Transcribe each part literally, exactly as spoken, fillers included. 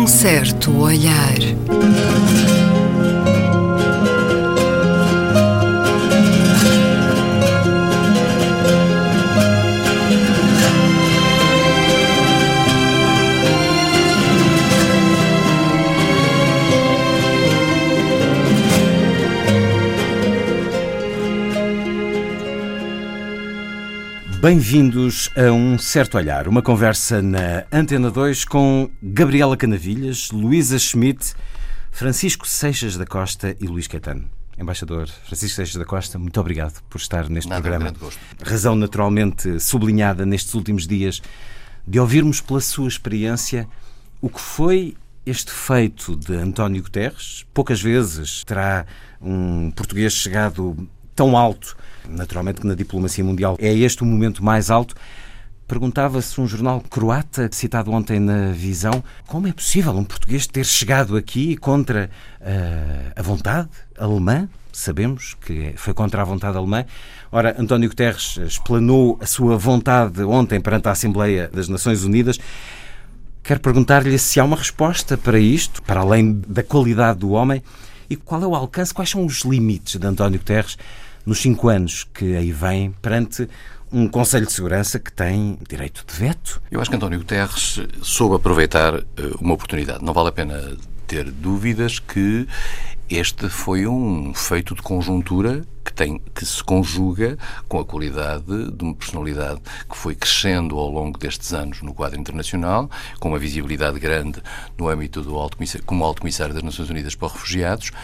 Um certo olhar. Bem-vindos a Um Certo Olhar, uma conversa na Antena dois com Gabriela Canavilhas, Luísa Schmidt, Francisco Seixas da Costa e Luís Caetano. Embaixador Francisco Seixas da Costa, muito obrigado por estar neste Nada, programa. Um grande gosto. Razão naturalmente sublinhada nestes últimos dias de ouvirmos pela sua experiência o que foi este feito de António Guterres. Poucas vezes terá um português chegado tão alto. Naturalmente que na diplomacia mundial é este o momento mais alto. Perguntava-se um jornal croata, citado ontem na Visão, como é possível um português ter chegado aqui contra uh, a vontade alemã? Sabemos que foi contra a vontade alemã. Ora, António Guterres explanou a sua vontade ontem perante a Assembleia das Nações Unidas. Quero perguntar-lhe se há uma resposta para isto, para além da qualidade do homem, e qual é o alcance, quais são os limites de António Guterres nos cinco anos que aí vêm, perante um Conselho de Segurança que tem direito de veto? Eu acho que António Guterres soube aproveitar uma oportunidade. Não vale a pena ter dúvidas que este foi um feito de conjuntura que, tem, que se conjuga com a qualidade de uma personalidade que foi crescendo ao longo destes anos no quadro internacional, com uma visibilidade grande no âmbito do Alto Comissário, como Alto Comissário das Nações Unidas para os Refugiados,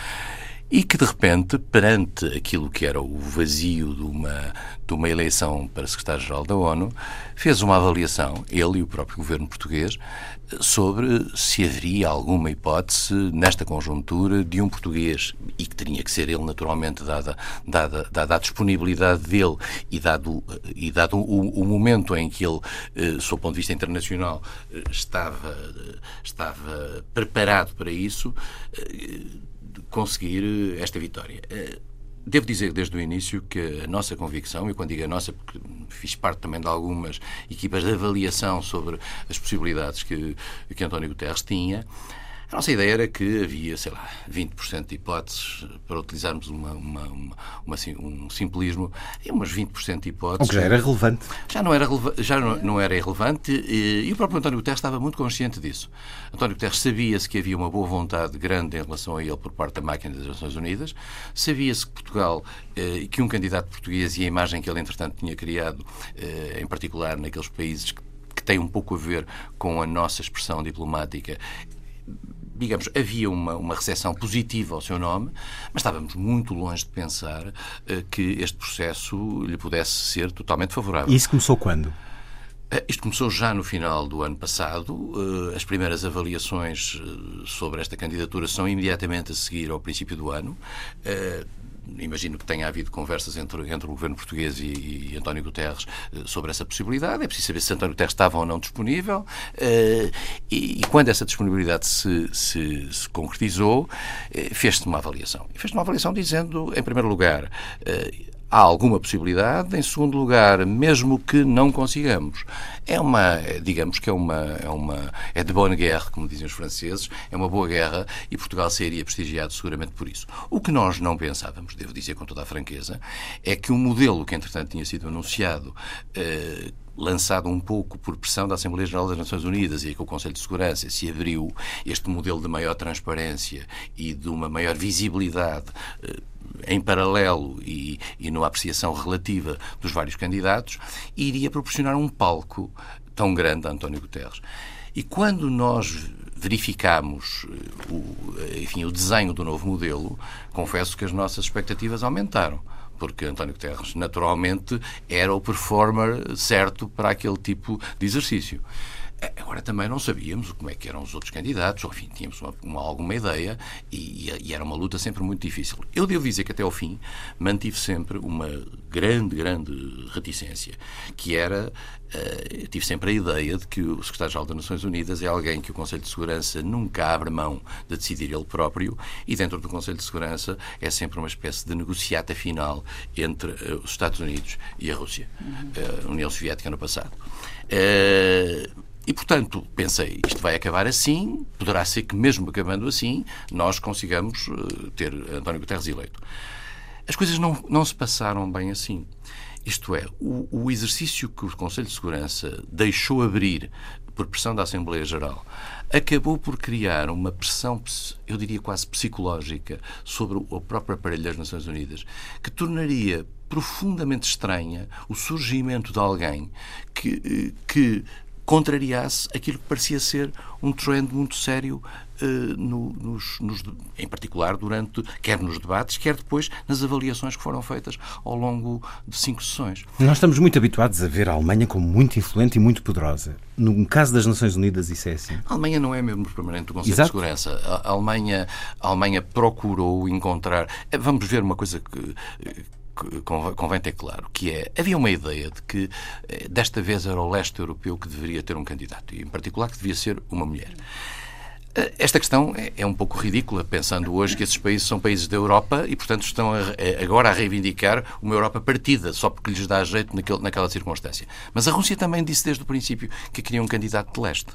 e que, de repente, perante aquilo que era o vazio de uma, de uma eleição para secretário-geral da ONU, fez uma avaliação, ele e o próprio governo português, sobre se haveria alguma hipótese, nesta conjuntura, de um português, e que teria que ser ele, naturalmente, dada, dada, dada a disponibilidade dele e dado, e dado o, o momento em que ele, eh, sob o ponto de vista internacional, eh, estava, estava preparado para isso, eh, conseguir esta vitória. Devo dizer desde o início que a nossa convicção, e quando digo a nossa, porque fiz parte também de algumas equipas de avaliação sobre as possibilidades que, que António Guterres tinha, a nossa ideia era que havia, sei lá, vinte por cento de hipóteses, para utilizarmos uma, uma, uma, uma, um simplismo, e umas vinte por cento de hipóteses. O que já era relevante. Já não era, já não, não era irrelevante, e, e o próprio António Guterres estava muito consciente disso. António Guterres sabia-se que havia uma boa vontade grande em relação a ele por parte da máquina das Nações Unidas, sabia-se que Portugal, eh, que um candidato português e a imagem que ele, entretanto, tinha criado, eh, em particular naqueles países que, que têm um pouco a ver com a nossa expressão diplomática, digamos, havia uma, uma recepção positiva ao seu nome, mas estávamos muito longe de pensar uh, que este processo lhe pudesse ser totalmente favorável. E isso começou quando? Uh, isto começou já no final do ano passado. Uh, as primeiras avaliações uh, sobre esta candidatura são imediatamente a seguir ao princípio do ano. Uh, Imagino que tenha havido conversas entre, entre o governo português e, e António Guterres uh, sobre essa possibilidade. É preciso saber se António Guterres estava ou não disponível. Uh, e, e quando essa disponibilidade se, se, se concretizou, uh, fez-se uma avaliação. E fez-se uma avaliação dizendo, em primeiro lugar, uh, há alguma possibilidade. Em segundo lugar, mesmo que não consigamos, é uma, digamos que é uma, é uma, é de bonne guerre, como dizem os franceses, é uma boa guerra e Portugal seria prestigiado seguramente por isso. O que nós não pensávamos, devo dizer com toda a franqueza, é que o modelo que entretanto tinha sido anunciado, eh, lançado um pouco por pressão da Assembleia Geral das Nações Unidas e que o Conselho de Segurança se abriu, este modelo de maior transparência e de uma maior visibilidade eh, em paralelo e, e numa apreciação relativa dos vários candidatos, iria proporcionar um palco tão grande a António Guterres. E quando nós verificámos o, enfim, o desenho do novo modelo, confesso que as nossas expectativas aumentaram, porque António Guterres, naturalmente, era o performer certo para aquele tipo de exercício. Agora, também não sabíamos como é que eram os outros candidatos, ou, enfim, tínhamos uma, uma, alguma ideia e, e era uma luta sempre muito difícil. Eu devo dizer que até ao fim mantive sempre uma grande, grande reticência, que era, uh, tive sempre a ideia de que o secretário-geral das Nações Unidas é alguém que o Conselho de Segurança nunca abre mão de decidir ele próprio e dentro do Conselho de Segurança é sempre uma espécie de negociata final entre uh, os Estados Unidos e a Rússia, uh, a União Soviética no passado. Uh, E, portanto, portanto, pensei, isto vai acabar assim, poderá ser que mesmo acabando assim, nós consigamos uh, ter António Guterres eleito. As coisas não, não se passaram bem assim. Isto é, o, o exercício que o Conselho de Segurança deixou abrir por pressão da Assembleia Geral acabou por criar uma pressão, eu diria quase psicológica, sobre o próprio aparelho das Nações Unidas, que tornaria profundamente estranha o surgimento de alguém que, que contrariasse aquilo que parecia ser um trend muito sério, uh, no, nos, nos, em particular durante, quer nos debates, quer depois nas avaliações que foram feitas ao longo de cinco sessões. Nós estamos muito habituados a ver a Alemanha como muito influente e muito poderosa. No caso das Nações Unidas, isso é assim? A Alemanha não é membro permanente do Conselho Exato. de Segurança. A Alemanha, a Alemanha procurou encontrar... Vamos ver uma coisa que... convém ter claro, que é, havia uma ideia de que desta vez era o leste europeu que deveria ter um candidato, e em particular que devia ser uma mulher. Esta questão é um pouco ridícula, pensando hoje que esses países são países da Europa e, portanto, estão a, agora a reivindicar uma Europa partida, só porque lhes dá jeito naquele, naquela circunstância. Mas a Rússia também disse desde o princípio que queria um candidato de leste.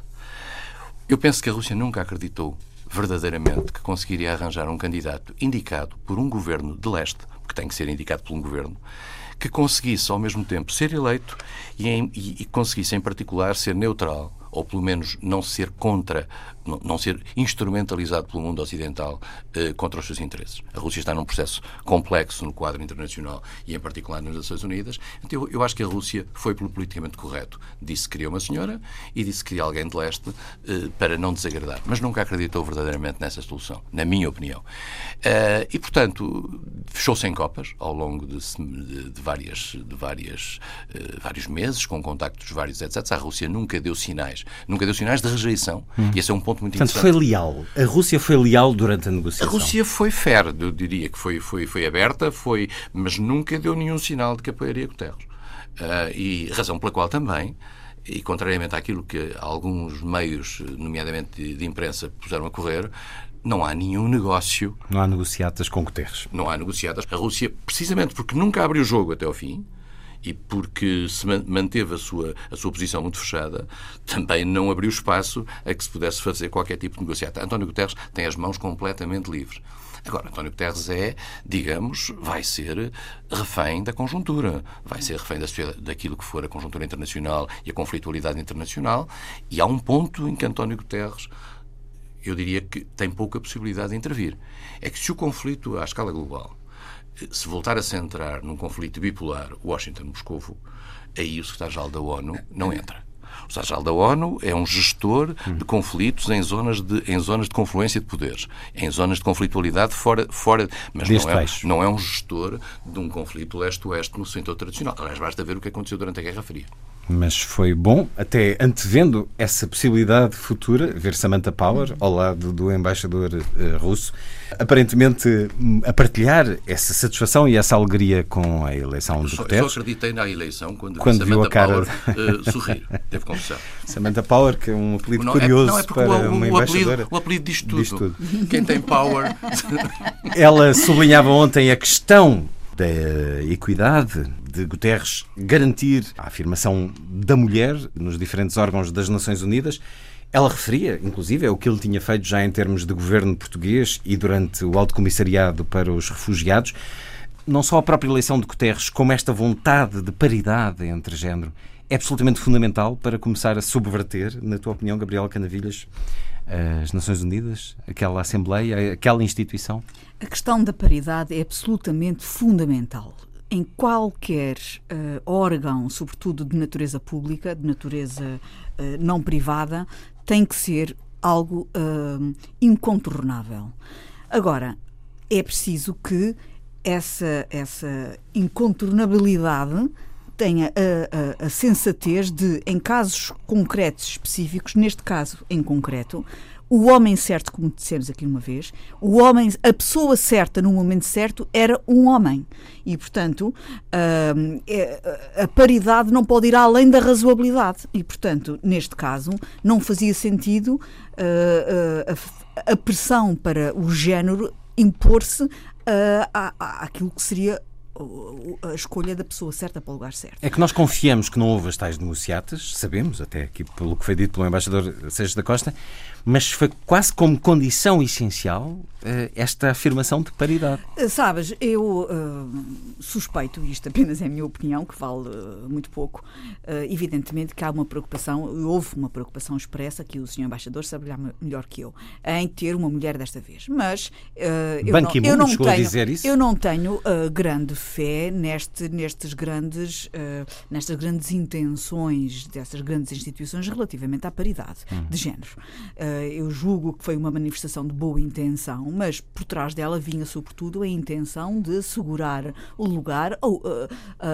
Eu penso que a Rússia nunca acreditou verdadeiramente que conseguiria arranjar um candidato indicado por um governo de leste, que tem que ser indicado por um governo, que conseguisse ao mesmo tempo ser eleito e, em, e, e conseguisse em particular ser neutral, ou pelo menos não ser contra, não, não ser instrumentalizado pelo mundo ocidental eh, contra os seus interesses. A Rússia está num processo complexo no quadro internacional e em particular nas Nações Unidas. Então eu, eu acho que a Rússia foi pelo politicamente correto. Disse que queria uma senhora e disse que queria alguém de leste eh, para não desagradar. Mas nunca acreditou verdadeiramente nessa solução, na minha opinião. Uh, e, portanto, fechou-se em copas ao longo de, de, de, várias, de várias, uh, vários meses, com contactos vários, etcétera. A Rússia nunca deu sinais, nunca deu sinais de rejeição. Hum. E esse é um ponto muito Portanto, interessante. foi leal. A Rússia foi leal durante a negociação. A Rússia foi fair, eu diria que foi, foi, foi aberta, foi, mas nunca deu nenhum sinal de que apoiaria Guterres. Uh, e razão pela qual também, e contrariamente àquilo que alguns meios, nomeadamente de, de imprensa, puseram a correr, não há nenhum negócio. Não há negociatas com Guterres. Não há negociatas. A Rússia, precisamente porque nunca abriu o jogo até ao fim e porque se manteve a sua, a sua posição muito fechada, também não abriu espaço a que se pudesse fazer qualquer tipo de negociata. António Guterres tem as mãos completamente livres. Agora, António Guterres é, digamos, vai ser refém da conjuntura, vai ser refém da, daquilo que for a conjuntura internacional e a conflitualidade internacional, e há um ponto em que António Guterres, eu diria que tem pouca possibilidade de intervir. É que se o conflito à escala global se voltar a centrar num conflito bipolar Washington-Moscovo, aí o secretário-geral da ONU não entra. O secretário-geral da ONU é um gestor de conflitos em zonas de, em zonas de confluência de poderes, em zonas de conflitualidade fora... fora mas não é, não é um gestor de um conflito leste-oeste no setor tradicional. Aliás, basta ver o que aconteceu durante a Guerra Fria. Mas foi bom, até antevendo essa possibilidade futura, ver Samantha Power ao lado do embaixador uh, russo, aparentemente a partilhar essa satisfação e essa alegria com a eleição de Guterres. Eu só acreditei na eleição quando, quando vi viu Samantha a cara Power uh, sorrir, devo confessar. Samantha Power, que é um apelido não, curioso é, não, é para o, uma o embaixadora. Apelido, o apelido diz tudo. diz tudo. Quem tem power... Ela sublinhava ontem a questão da equidade, de Guterres garantir a afirmação da mulher nos diferentes órgãos das Nações Unidas. Ela referia, inclusive, é o que ele tinha feito já em termos de governo português e durante o Alto Comissariado para os Refugiados. Não só a própria eleição de Guterres, como esta vontade de paridade entre género, é absolutamente fundamental para começar a subverter, na tua opinião, Gabriela Canavilhas, as Nações Unidas, aquela Assembleia, aquela instituição? A questão da paridade é absolutamente fundamental. Em qualquer uh, órgão, sobretudo de natureza pública, de natureza uh, não privada, tem que ser algo uh, incontornável. Agora, é preciso que essa, essa incontornabilidade tenha a, a, a sensatez de, em casos concretos específicos, neste caso em concreto, o homem certo, como dissemos aqui uma vez, o homem, a pessoa certa no momento certo era um homem. E, portanto, a, a paridade não pode ir além da razoabilidade. E, portanto, neste caso, não fazia sentido a, a, a pressão para o género impor-se àquilo que seria a escolha da pessoa certa para o lugar certo. É que nós confiamos que não houve as tais negociatas, sabemos, até aqui pelo que foi dito pelo embaixador Seixas da Costa, mas foi quase como condição essencial esta afirmação de paridade. Sabes, eu uh, suspeito, isto apenas é a minha opinião, que vale uh, muito pouco, uh, evidentemente que há uma preocupação, houve uma preocupação expressa, que o senhor embaixador saberá melhor que eu, em ter uma mulher desta vez. Mas uh, eu, não, eu, não tenho, a dizer isso? eu não tenho uh, grande fé neste, nestes grandes, uh, nestas grandes intenções dessas grandes instituições relativamente à paridade hum. de género. Uh, eu julgo que foi uma manifestação de boa intenção, mas por trás dela vinha sobretudo a intenção de assegurar o lugar ou, uh,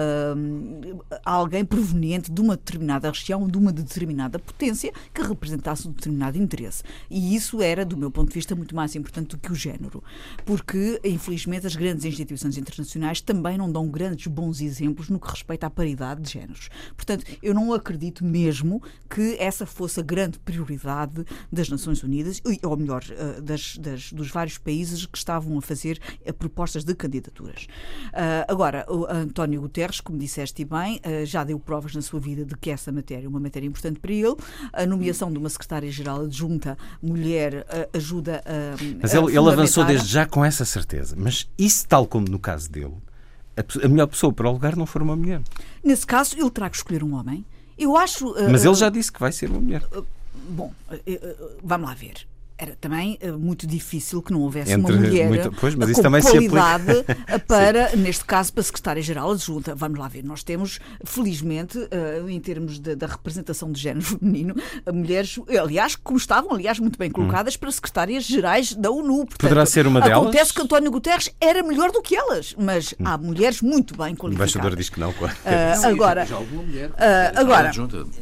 uh, a alguém proveniente de uma determinada região, de uma determinada potência que representasse um determinado interesse. E isso era, do meu ponto de vista, muito mais importante do que o género, porque, infelizmente, as grandes instituições internacionais também não dão grandes bons exemplos no que respeita à paridade de géneros. Portanto, eu não acredito mesmo que essa fosse a grande prioridade das Nações Unidas, ou melhor, das, das, dos vários países que estavam a fazer propostas de candidaturas. Uh, agora, o António Guterres, como disseste bem, uh, já deu provas na sua vida de que essa matéria é uma matéria importante para ele. A nomeação de uma secretária-geral adjunta mulher uh, ajuda a... Mas ele, ele avançou desde já com essa certeza. Mas isso, tal como no caso dele, a, a melhor pessoa para o lugar não for uma mulher. Nesse caso, ele terá que escolher um homem. Eu acho... Uh, Mas ele já disse que vai ser uma mulher. Uh, bom, uh, uh, vamos lá ver. Era também uh, muito difícil que não houvesse Entre uma mulher muito, pois, mas com isso também qualidade se para, neste caso, para a secretária-geral adjunta. Vamos lá ver, nós temos, felizmente, uh, em termos de, da representação de género feminino, mulheres, aliás, como estavam, aliás, muito bem colocadas hum. para secretárias-gerais da ONU. Portanto, poderá ser uma delas? Acontece que António Guterres era melhor do que elas, mas hum. há mulheres muito bem qualificadas. O embaixador diz que não. Claro. Uh, agora, já alguma mulher. Uh, agora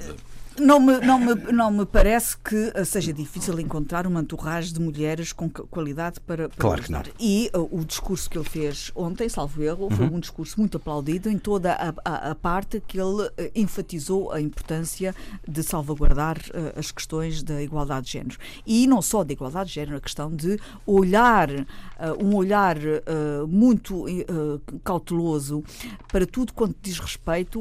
Não me, não, me, não me parece que seja difícil encontrar uma entourage de mulheres com qualidade para, para claro que não. E uh, o discurso que ele fez ontem, salvo erro, uhum. foi um discurso muito aplaudido em toda a, a, a parte que ele uh, enfatizou a importância de salvaguardar uh, as questões da igualdade de género. E não só da igualdade de género, a questão de olhar, uh, um olhar uh, muito uh, cauteloso para tudo quanto diz respeito uh,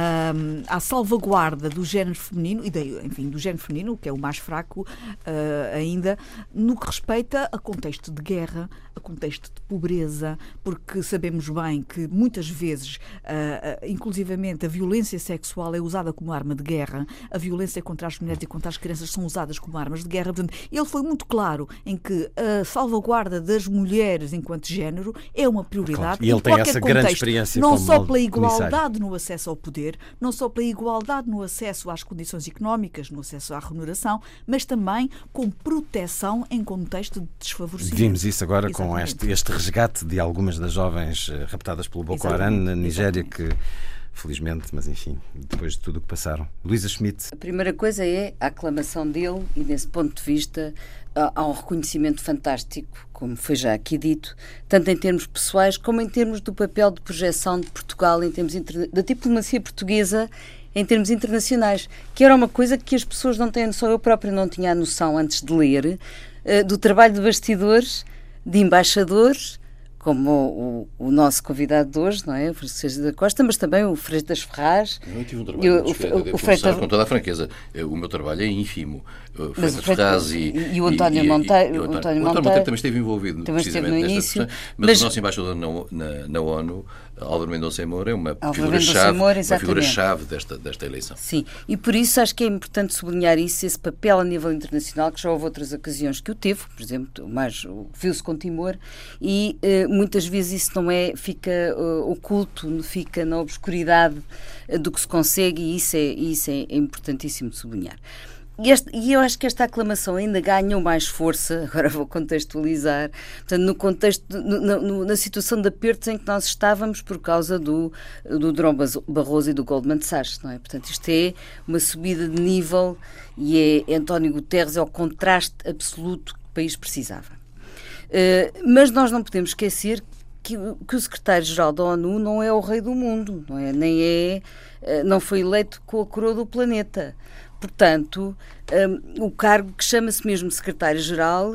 à salvaguarda do género feminino e daí, enfim, do género feminino, que é o mais fraco uh, ainda, no que respeita a contexto de guerra, a contexto de pobreza, porque sabemos bem que muitas vezes, uh, uh, inclusivamente, a violência sexual é usada como arma de guerra, a violência contra as mulheres e contra as crianças são usadas como armas de guerra. Portanto, ele foi muito claro em que a salvaguarda das mulheres enquanto género é uma prioridade. Claro. E ele tem essa contexto, grande experiência não como só pela igualdade comissário. No acesso ao poder, não só pela igualdade no acesso às condições económicas, no acesso à remuneração, mas também com proteção em contexto de desfavorecimento. Vimos isso agora Exatamente. com este, este resgate de algumas das jovens raptadas pelo Boko Haram na Nigéria, Exatamente. que felizmente, mas enfim, depois de tudo o que passaram. Luísa Schmidt. A primeira coisa é a aclamação dele e, nesse ponto de vista, há um reconhecimento fantástico, como foi já aqui dito, tanto em termos pessoais como em termos do papel de projeção de Portugal, em termos da diplomacia portuguesa em termos internacionais, que era uma coisa que as pessoas não têm noção, eu própria não tinha a noção antes de ler, uh, do trabalho de bastidores, de embaixadores, como o, o, o nosso convidado de hoje, não é? O Francisco da Costa, mas também o Freitas Ferraz. Eu tive um trabalho muito discreto, o, o, o Freitas... com toda a franqueza. O meu trabalho é ínfimo. O mas o Ferraz e, e, e o António Monteiro. O António Monteiro também esteve envolvido também precisamente esteve no nesta início, discussão, mas, mas o nosso embaixador na, na, na ONU, Álvaro Mendonça Moura, é uma figura-chave uma figura-chave desta, desta eleição. Sim, e por isso acho que é importante sublinhar isso, esse papel a nível internacional, que já houve outras ocasiões que o teve, por exemplo, mais viu-se com Timor, e uh, muitas vezes isso não é, fica uh, oculto, fica na obscuridade uh, do que se consegue, e isso é, isso é, é importantíssimo de sublinhar. E, este, e eu acho que esta aclamação ainda ganhou mais força, agora vou contextualizar, portanto, no contexto, no, no, na situação de apertos em que nós estávamos por causa do, do Durão Barroso e do Goldman Sachs, não é? Portanto, isto é uma subida de nível e é António Guterres, é o contraste absoluto que o país precisava. Uh, mas nós não podemos esquecer que, que o secretário-geral da ONU não é o rei do mundo, não é? Nem é, uh, não foi eleito com a coroa do planeta. Portanto, um, o cargo que chama-se mesmo secretário-geral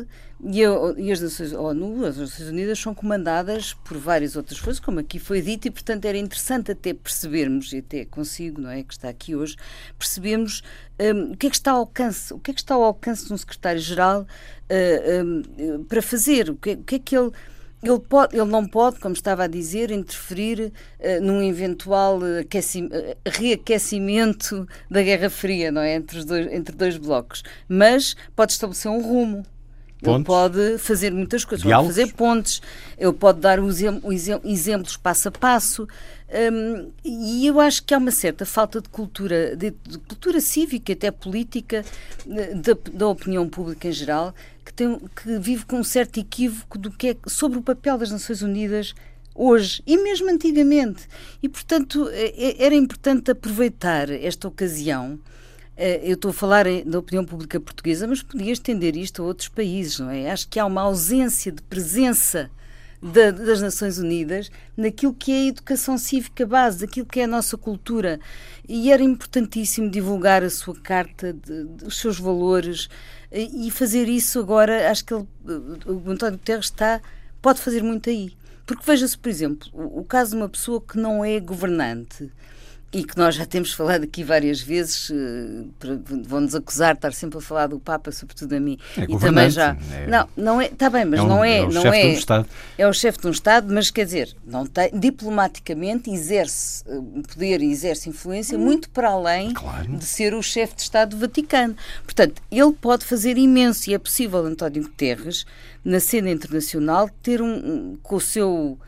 E, eu, e as Nações, a ONU, as Nações Unidas são comandadas por várias outras coisas, como aqui foi dito, e portanto era interessante até percebermos, e até consigo, não é, que está aqui hoje, percebemos um, o que é que está ao alcance, o que é que está ao alcance de um secretário-geral uh, um, para fazer, o que, o que é que ele... Ele, pode, ele não pode, como estava a dizer, interferir uh, num eventual aqueci, uh, reaquecimento da Guerra Fria, não é? Entre, os dois, entre dois blocos. Mas pode estabelecer um rumo. Pontos. Ele pode fazer muitas coisas, Diálogos. Pode fazer pontes, ele pode dar os exemplos passo a passo. Um, e eu acho que há uma certa falta de cultura, de, de cultura cívica, até política, da, da opinião pública em geral, que, tem, que vive com um certo equívoco do que é, sobre o papel das Nações Unidas hoje e mesmo antigamente. E, portanto, era importante aproveitar esta ocasião. Eu estou a falar da opinião pública portuguesa, mas podia estender isto a outros países, não é? Acho que há uma ausência de presença da, das Nações Unidas naquilo que é a educação cívica base, daquilo que é a nossa cultura. E era importantíssimo divulgar a sua carta, de, de, os seus valores, e fazer isso agora. Acho que ele, o António Guterres está, pode fazer muito aí. Porque veja-se, por exemplo, o, o caso de uma pessoa que não é governante, e que nós já temos falado aqui várias vezes, vão-nos acusar de estar sempre a falar do Papa, sobretudo a mim. É e também já. É, não, não é, está bem, mas é um, não é. É o não chefe é, de um Estado. É o chefe de um Estado, mas quer dizer, não tem, diplomaticamente exerce poder e exerce influência hum. muito para além claro. de ser o chefe de Estado do Vaticano. Portanto, ele pode fazer imenso, e é possível, António Guterres, na cena internacional, ter um, um com o seu.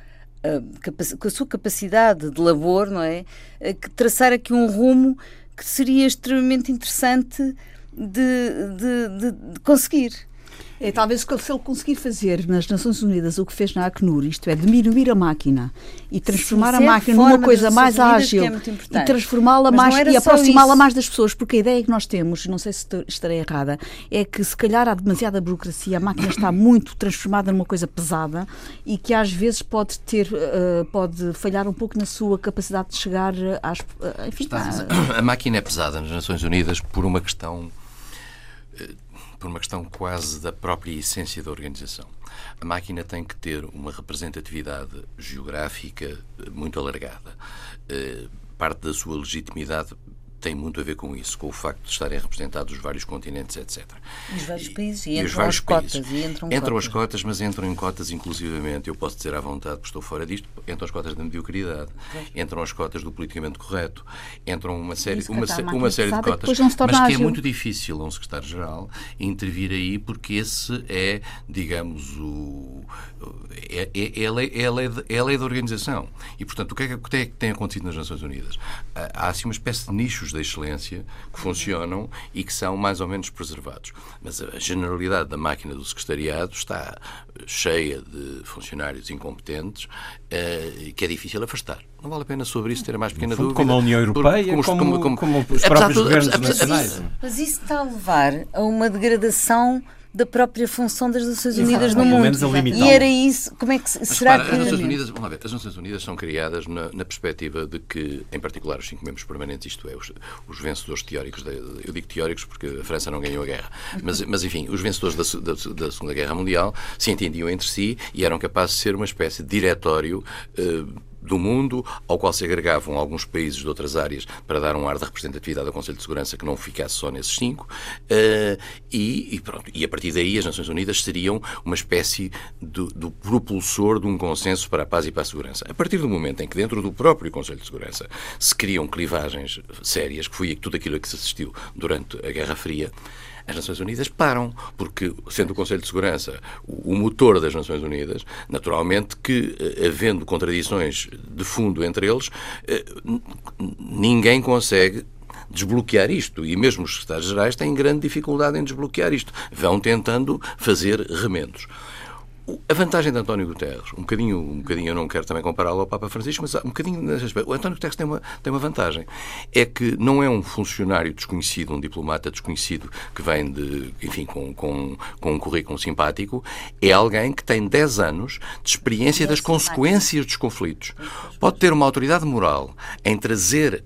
Com a sua capacidade de labor, não é? Que traçar aqui um rumo que seria extremamente interessante de, de, de, de conseguir. É, talvez se ele conseguir fazer nas Nações Unidas o que fez na Acnur, isto é, diminuir a máquina e transformar Sim, a máquina numa coisa mais ágil é e transformá-la mais e aproximá-la mais das pessoas, porque a ideia que nós temos, não sei se estarei errada, é que se calhar há demasiada burocracia, a máquina está muito transformada numa coisa pesada e que às vezes pode ter, uh, pode falhar um pouco na sua capacidade de chegar às... Uh, enfim, está, a... a máquina é pesada nas Nações Unidas por uma questão... Uh, por uma questão quase da própria essência da organização. A máquina tem que ter uma representatividade geográfica muito alargada. Parte da sua legitimidade tem muito a ver com isso, com o facto de estarem representados os vários continentes, etcétera. E os vários países, e, e entram as cotas. E entram, entram cotas. as cotas, mas entram em cotas inclusivamente, eu posso dizer à vontade, porque estou fora disto, entram as cotas da mediocridade, entram as cotas do politicamente correto, entram uma série, uma, uma série de cotas, mas que ágil. É muito difícil a um secretário-geral intervir aí, porque esse é, digamos, o, é, é, é, a lei, é, a lei de, é a lei da organização. E, portanto, o que é que, é que tem acontecido nas Nações Unidas? Há, assim, uma espécie de nichos da excelência que funcionam e que são mais ou menos preservados. Mas a generalidade da máquina do secretariado está cheia de funcionários incompetentes uh, que é difícil afastar. Não vale a pena sobre isso ter a mais pequena fundo, dúvida. Como a União Europeia, como, como, como, como os próprios tudo, governos apesar, nacionais. Mas isso, mas isso está a levar a uma degradação da própria função das Nações Unidas Exato, no mundo. E era isso. Como é que Mas, será para, que... As Nações Unidas, vamos lá ver, as Nações Unidas são criadas na, na perspectiva de que, em particular, os cinco membros permanentes, isto é, os, os vencedores teóricos, da, eu digo teóricos porque a França não ganhou a guerra, mas, mas enfim, os vencedores da, da, da Segunda Guerra Mundial se entendiam entre si e eram capazes de ser uma espécie de diretório uh, do mundo, ao qual se agregavam alguns países de outras áreas para dar um ar de representatividade ao Conselho de Segurança que não ficasse só nesses cinco, uh, e, e pronto. E a partir daí as Nações Unidas seriam uma espécie do, do propulsor de um consenso para a paz e para a segurança. A partir do momento em que dentro do próprio Conselho de Segurança se criam clivagens sérias, que foi tudo aquilo a que se assistiu durante a Guerra Fria, as Nações Unidas param, porque, sendo o Conselho de Segurança o, o motor das Nações Unidas, naturalmente que, havendo contradições de fundo entre eles, ninguém consegue desbloquear isto, e mesmo os secretários-gerais têm grande dificuldade em desbloquear isto. Vão tentando fazer remendos. A vantagem de António Guterres, um bocadinho, um bocadinho eu não quero também compará-lo ao Papa Francisco, mas um bocadinho nesse aspecto. O António Guterres tem uma, tem uma vantagem. É que não é um funcionário desconhecido, um diplomata desconhecido que vem de, enfim, com, com, com um currículo simpático. É alguém que tem dez anos de experiência das consequências dos conflitos. Pode ter uma autoridade moral em trazer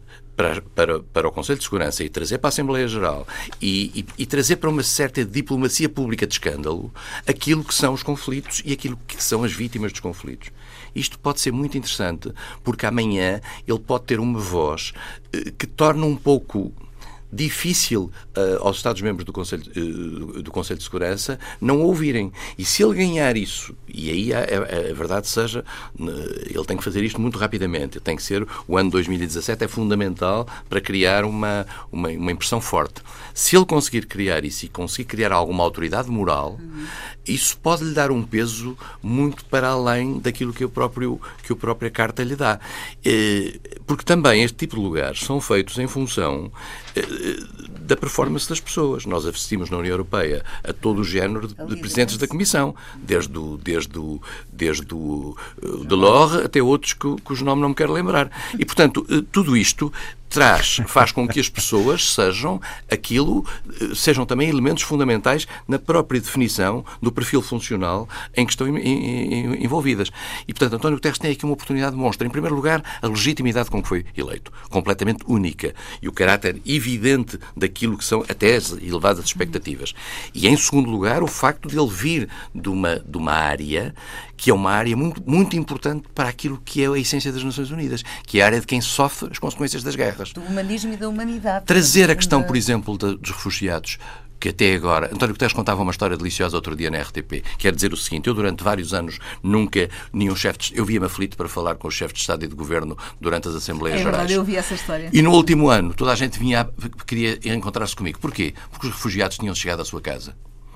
para, para, para o Conselho de Segurança e trazer para a Assembleia Geral e, e, e trazer para uma certa diplomacia pública de escândalo aquilo que são os conflitos e aquilo que são as vítimas dos conflitos. Isto pode ser muito interessante, porque amanhã ele pode ter uma voz eh, que torna um pouco difícil uh, aos Estados-membros do Conselho, uh, do Conselho de Segurança não ouvirem. E se ele ganhar isso, e aí a, a, a verdade seja, uh, ele tem que fazer isto muito rapidamente, tem que ser, o ano dois mil e dezassete é fundamental para criar uma, uma, uma impressão forte. Se ele conseguir criar isso e conseguir criar alguma autoridade moral, uhum. isso pode lhe dar um peso muito para além daquilo que, o próprio, que a própria Carta lhe dá. Uh, porque também este tipo de lugares são feitos em função uh, da performance das pessoas. Nós assistimos na União Europeia a todo o género de, de presidentes da Comissão, desde o, desde o, desde o uh, Delors até outros que, cujo nome não me quero lembrar. E, portanto, uh, tudo isto traz, faz com que as pessoas sejam aquilo, sejam também elementos fundamentais na própria definição do perfil funcional em que estão envolvidas. E, portanto, António Guterres tem aqui uma oportunidade monstra. Em primeiro lugar, a legitimidade com que foi eleito, completamente única, e o caráter evidente daquilo que são até as elevadas expectativas. E, em segundo lugar, o facto de ele vir de uma, de uma área que é uma área muito, muito importante para aquilo que é a essência das Nações Unidas, que é a área de quem sofre as consequências das guerras. Do humanismo e da humanidade. Trazer a questão, por exemplo, dos refugiados, que até agora... António Guterres contava uma história deliciosa outro dia na R T P. Quer dizer o seguinte, eu durante vários anos nunca, nenhum chefe de... Eu via-me aflito para falar com os chefes de Estado e de Governo durante as Assembleias é Gerais. Verdade, eu vi essa história. E no último ano, toda a gente vinha, queria encontrar-se comigo. Porquê? Porque os refugiados tinham chegado à sua casa.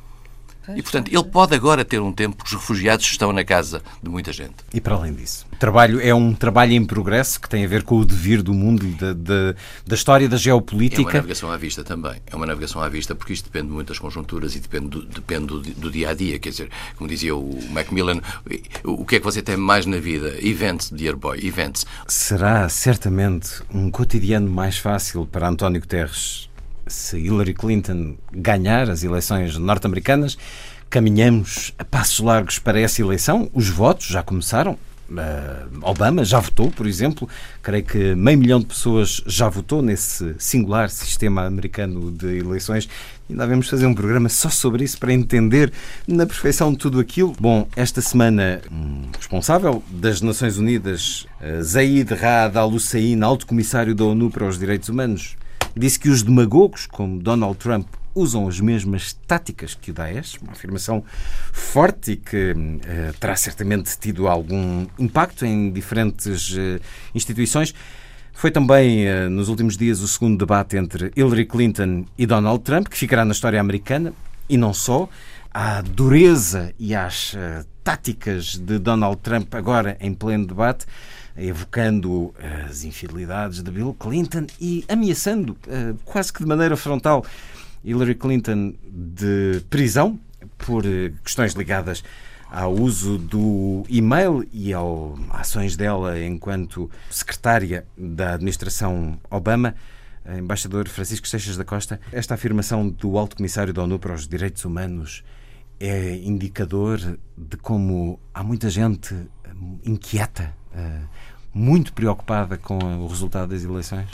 E, portanto, ele pode agora ter um tempo que os refugiados estão na casa de muita gente. E para além disso, o trabalho é um trabalho em progresso que tem a ver com o devir do mundo e da, da, da história da geopolítica. É uma navegação à vista também. É uma navegação à vista porque isto depende muito das conjunturas e depende do, depende do, do dia-a-dia. Quer dizer, como dizia o Macmillan, o que é que você tem mais na vida? Events, dear boy, events. Será certamente um cotidiano mais fácil para António Guterres se Hillary Clinton ganhar as eleições norte-americanas. Caminhamos a passos largos para essa eleição. Os votos já começaram. Uh, Obama já votou, por exemplo. Creio que meio milhão de pessoas já votou nesse singular sistema americano de eleições. Ainda devemos fazer um programa só sobre isso para entender na perfeição de tudo aquilo. Bom, esta semana, um responsável das Nações Unidas, uh, Zeid Ra'ad Al-Hussein, alto comissário da ONU para os Direitos Humanos, disse que os demagogos, como Donald Trump, usam as mesmas táticas que o Daesh, uma afirmação forte e que uh, terá certamente tido algum impacto em diferentes uh, instituições. Foi também, uh, nos últimos dias, o segundo debate entre Hillary Clinton e Donald Trump, que ficará na história americana, e não só. À dureza e às uh, táticas de Donald Trump agora em pleno debate, evocando as infidelidades de Bill Clinton e ameaçando, uh, quase que de maneira frontal, Hillary Clinton de prisão por uh, questões ligadas ao uso do e-mail e às ações dela enquanto secretária da administração Obama. Embaixador Francisco Seixas da Costa, esta afirmação do Alto Comissário da ONU para os Direitos Humanos é indicador de como há muita gente inquieta, muito preocupada com o resultado das eleições?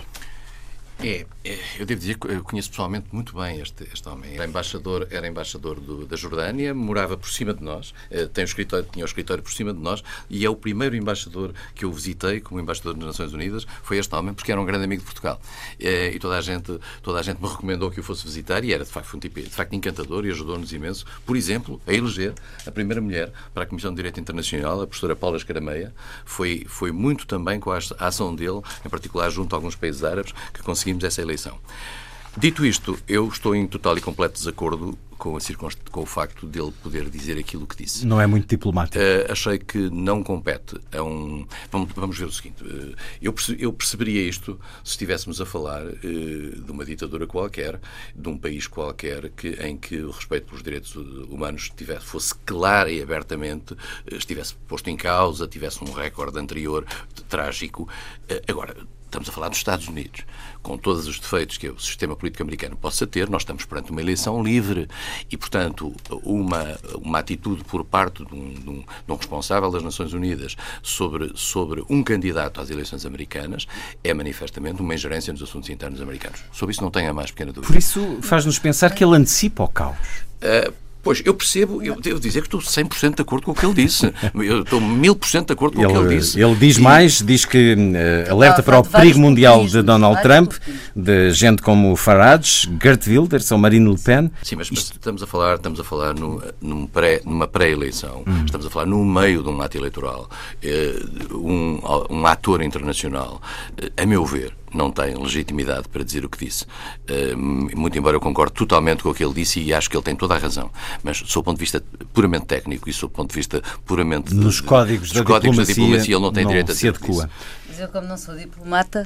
É, é, eu devo dizer que eu conheço pessoalmente muito bem este, este homem. Era embaixador, era embaixador do, da Jordânia, morava por cima de nós, eh, tem o escritório, tinha o escritório por cima de nós, e é o primeiro embaixador que eu visitei como embaixador das Nações Unidas, foi este homem, porque era um grande amigo de Portugal. Eh, e toda a, gente, toda a gente me recomendou que eu fosse visitar, e era de facto um tipo de facto encantador e ajudou-nos imenso, por exemplo, a eleger a primeira mulher para a Comissão de Direito Internacional, a professora Paula Escarameia. Foi, foi muito também com a ação dele, em particular junto a alguns países árabes, que conseguimos essa eleição. Dito isto, eu estou em total e completo desacordo com, a circunst... com o facto dele poder dizer aquilo que disse. Não é muito diplomático. Uh, achei que não compete a um... Vamos, vamos ver o seguinte. Uh, eu, perce... eu perceberia isto se estivéssemos a falar uh, de uma ditadura qualquer, de um país qualquer que, em que o respeito pelos direitos humanos tivesse, fosse claro e abertamente, uh, estivesse posto em causa, tivesse um recorde anterior trágico. Uh, agora, estamos a falar dos Estados Unidos, com todos os defeitos que o sistema político americano possa ter, nós estamos perante uma eleição livre e, portanto, uma, uma atitude por parte de um, de, um, de um responsável das Nações Unidas sobre, sobre um candidato às eleições americanas é manifestamente uma ingerência nos assuntos internos americanos. Sobre isso não tenho a mais pequena dúvida. Por isso faz-nos pensar que ele antecipa o caos. Uh, Pois, eu percebo, eu devo dizer que estou cem por cento de acordo com o que ele disse. Eu estou mil por cento de acordo com ele, o que ele disse. Ele diz e... mais, diz que uh, alerta para o perigo mundial de Donald Trump, de gente como Farage, Geert Wilders ou Marine Le Pen. Sim, mas, mas estamos a falar, estamos a falar no, num pré, numa pré-eleição, hum. estamos a falar no meio de um ato eleitoral, uh, um, um ator internacional, uh, a meu ver, não tem legitimidade para dizer o que disse. Uh, muito embora eu concorde totalmente com o que ele disse e acho que ele tem toda a razão. Mas, sob o ponto de vista puramente técnico e sob o ponto de vista puramente... Nos de, códigos, de, da, códigos diplomacia, da diplomacia, ele não tem não direito a dizer se adequa. Mas eu, como não sou diplomata,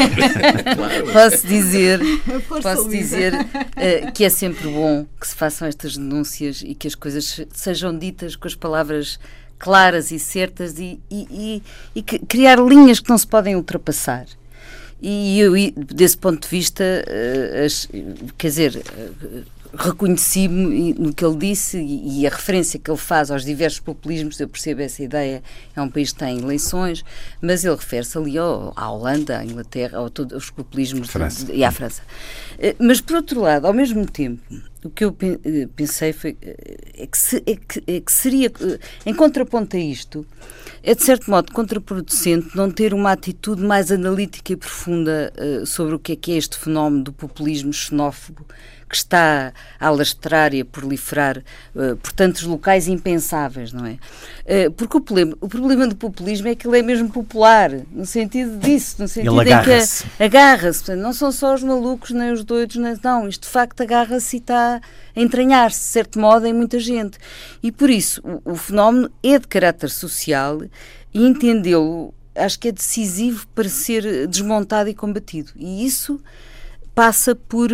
posso dizer, posso dizer uh, que é sempre bom que se façam estas denúncias e que as coisas sejam ditas com as palavras claras e certas e, e, e, e que, criar linhas que não se podem ultrapassar. E eu, desse ponto de vista, uh, as, quer dizer, uh, reconheci-me no que ele disse e, e a referência que ele faz aos diversos populismos, eu percebo essa ideia, é um país que tem eleições, mas ele refere-se ali ao, à Holanda, à Inglaterra, a todos os populismos de, de, e à França. Uh, mas, por outro lado, ao mesmo tempo, o que eu pensei foi é que, se, é que, é que seria, em contraponto a isto, é de certo modo contraproducente não ter uma atitude mais analítica e profunda uh, sobre o que é que é este fenómeno do populismo xenófobo que está a alastrar e a proliferar uh, por tantos locais impensáveis, não é? Uh, porque o problema, o problema do populismo é que ele é mesmo popular, no sentido disso, no sentido ele em agarra-se. que agarra-se. Portanto, não são só os malucos, nem os doidos, nem, não, isto de facto agarra-se e está a entranhar-se, de certo modo, em muita gente. E por isso, o, o fenómeno é de caráter social e entendê-lo, acho que é decisivo para ser desmontado e combatido. E isso passa por uh,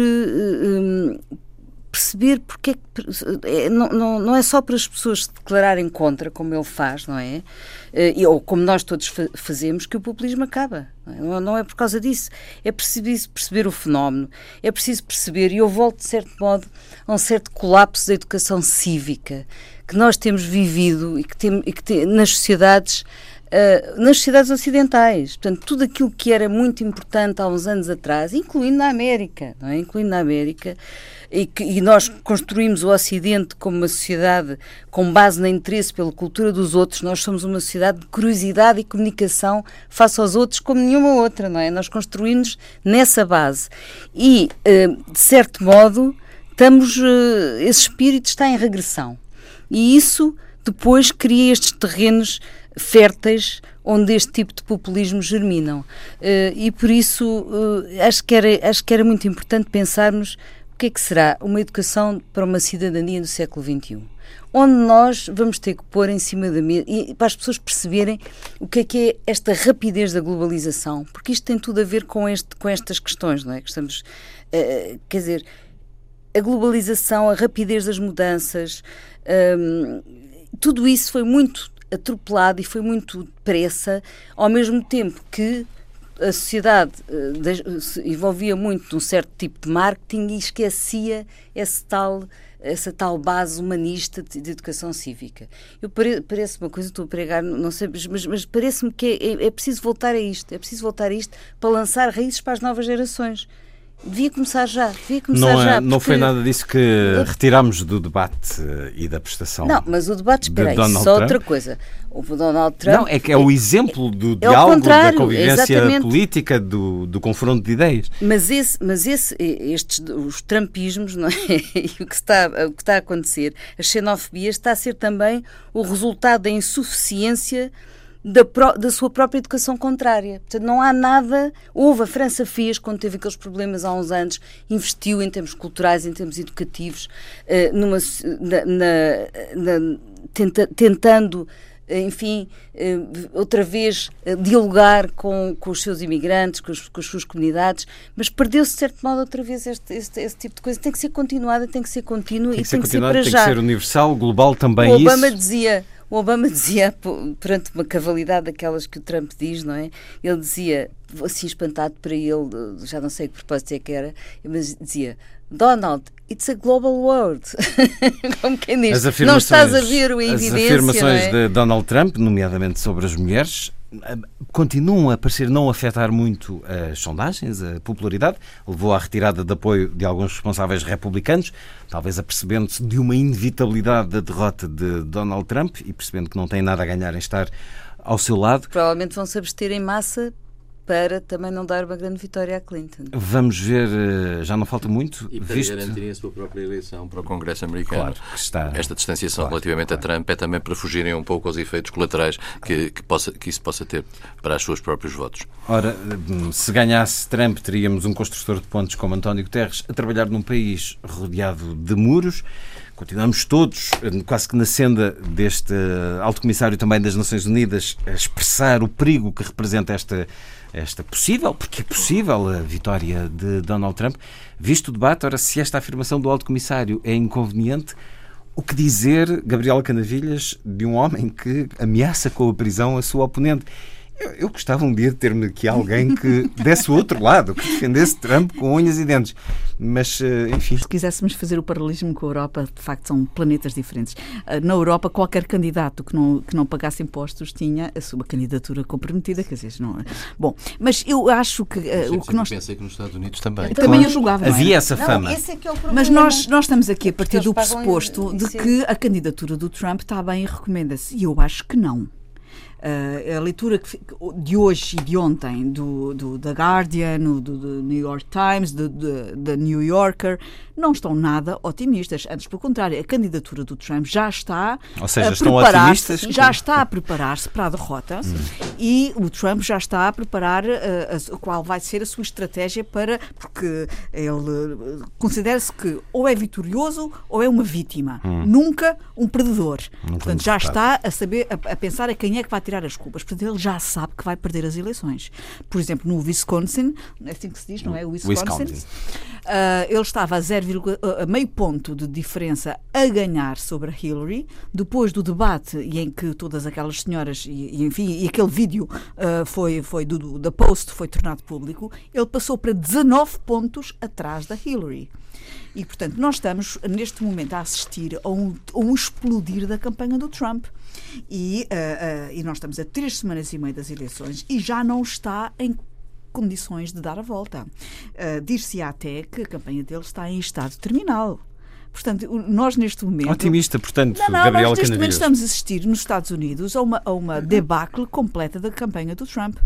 um, perceber porque é que, é, não, não, não é só para as pessoas se declararem contra, como ele faz, não é? Uh, ou como nós todos fa- fazemos, que o populismo acaba. Não é? Não é por causa disso. É preciso perceber o fenómeno, é preciso perceber, e eu volto, de certo modo, a um certo colapso da educação cívica que nós temos vivido e que, tem, e que tem, nas sociedades Uh, nas sociedades ocidentais. Portanto, tudo aquilo que era muito importante há uns anos atrás, incluindo na América, não é? Incluindo na América, e, que, e nós construímos o Ocidente como uma sociedade com base no interesse pela cultura dos outros. Nós somos uma sociedade de curiosidade e comunicação face aos outros como nenhuma outra, não é? Nós construímos nessa base. E, uh, de certo modo, estamos, uh, esse espírito está em regressão. E isso depois cria estes terrenos férteis onde este tipo de populismo germinam. Uh, e por isso uh, acho, que era, acho que era muito importante pensarmos o que é que será uma educação para uma cidadania do século vinte e um, onde nós vamos ter que pôr em cima da mesa, e para as pessoas perceberem o que é que é esta rapidez da globalização, porque isto tem tudo a ver com, este, com estas questões, não é? Que estamos, uh, quer dizer, a globalização, a rapidez das mudanças, um, tudo isso foi muito atropelado e foi muito depressa, ao mesmo tempo que a sociedade uh, de, se envolvia muito num certo tipo de marketing e esquecia esse tal, essa tal base humanista de, de educação cívica. Eu pare, parece uma coisa, estou a pregar, não sei, mas, mas parece-me que é, é, é preciso voltar a isto, é preciso voltar a isto para lançar raízes para as novas gerações. Devia começar já, devia começar não, já. Porque... Não foi nada disso que retirámos do debate e da prestação. Não, mas o debate, espera aí, só Trump. Outra coisa. O Donald Trump... Não, é que é o exemplo do é, diálogo, é da convivência exatamente. política, do, do confronto de ideias. Mas, esse, mas esse, estes, os trumpismos, não é? E o que, está, o que está a acontecer, a xenofobia está a ser também o resultado da insuficiência Da, pro, da sua própria educação contrária. Portanto, não há nada... Houve, a França fez, quando teve aqueles problemas há uns anos, investiu em termos culturais, em termos educativos, uh, numa, na, na, na, tenta, tentando, enfim, uh, outra vez, uh, dialogar com, com os seus imigrantes, com, os, com as suas comunidades, mas perdeu-se, de certo modo, outra vez este, este, este tipo de coisa. Tem que ser continuada, tem que ser contínua e tem que ser para já. Tem que ser universal, global também. O Obama isso. dizia... O Obama dizia, perante uma cavalidade daquelas que o Trump diz, não é? Ele dizia, assim espantado para ele, já não sei que propósito é que era, mas dizia, Donald, it's a global world. Como quem diz, não estás a ver o evidência. As afirmações é? de Donald Trump, nomeadamente sobre as mulheres, continuam a parecer não afetar muito as sondagens, a popularidade. Levou à retirada de apoio de alguns responsáveis republicanos, talvez apercebendo-se de uma inevitabilidade da derrota de Donald Trump e percebendo que não tem nada a ganhar em estar ao seu lado. Provavelmente vão se abster em massa para também não dar uma grande vitória à Clinton. Vamos ver, já não falta muito. E para visto... garantirem a sua própria eleição para o Congresso americano. Claro que está... Esta distanciação claro, relativamente claro. a Trump é também para fugirem um pouco aos efeitos colaterais que, que, possa, que isso possa ter para os seus próprios votos. Ora, se ganhasse Trump, teríamos um construtor de pontes como António Guterres a trabalhar num país rodeado de muros. Continuamos todos, quase que na senda deste Alto Comissário também das Nações Unidas, a expressar o perigo que representa esta, esta possível, porque é possível, a vitória de Donald Trump. Visto o debate, ora, se esta afirmação do Alto Comissário é inconveniente, o que dizer, Gabriela Canavilhas, de um homem que ameaça com a prisão a sua oponente? Eu, eu gostava um dia de ter aqui alguém que desse o outro lado, que defendesse Trump com unhas e dentes. Mas, enfim... Se quiséssemos fazer o paralelismo com a Europa, de facto são planetas diferentes. Na Europa, qualquer candidato que não, que não pagasse impostos tinha a sua candidatura comprometida, quer dizer, não... Bom, mas eu acho que... Eu uh, o que nós... pensei que nos Estados Unidos também. Também eu julgava. Havia essa fama. Não, esse é que é o problema. Mas nós, nós estamos aqui a partir do pagam pressuposto em- de sim. que a candidatura do Trump está bem e recomenda-se. E eu acho que não. Uh, a leitura que, de hoje e de ontem do, do The Guardian, do, do New York Times, do, do, da New Yorker, não estão nada otimistas. Antes, pelo contrário, a candidatura do Trump já está Ou seja, a estão preparar-se, otimistas? já está a preparar-se para a derrota e o Trump já está a preparar uh, a, qual vai ser a sua estratégia para, porque ele uh, considera-se que ou é vitorioso ou é uma vítima, nunca um perdedor. Portanto, já está a saber, a, a pensar a quem é que vai tirar as culpas. Portanto, ele já sabe que vai perder as eleições. Por exemplo, no Wisconsin, é assim que se diz, não é? O Wisconsin. Wisconsin. Uh, ele estava a, zero, a meio ponto de diferença a ganhar sobre a Hillary, depois do debate e em que todas aquelas senhoras, e, e, enfim, e aquele vídeo uh, foi, foi do, do, da Post foi tornado público, ele passou para dezanove pontos atrás da Hillary. E, portanto, nós estamos, neste momento, a assistir a um, a um explodir da campanha do Trump. E, uh, uh, e nós estamos a três semanas e meia das eleições e já não está em condições de dar a volta. Uh, Diz-se até que a campanha dele está em estado terminal. Portanto, nós neste momento... Otimista, portanto, Não, não, Gabriela nós neste momento Canavilhas. estamos a assistir nos Estados Unidos a uma, a uma debacle completa da campanha do Trump.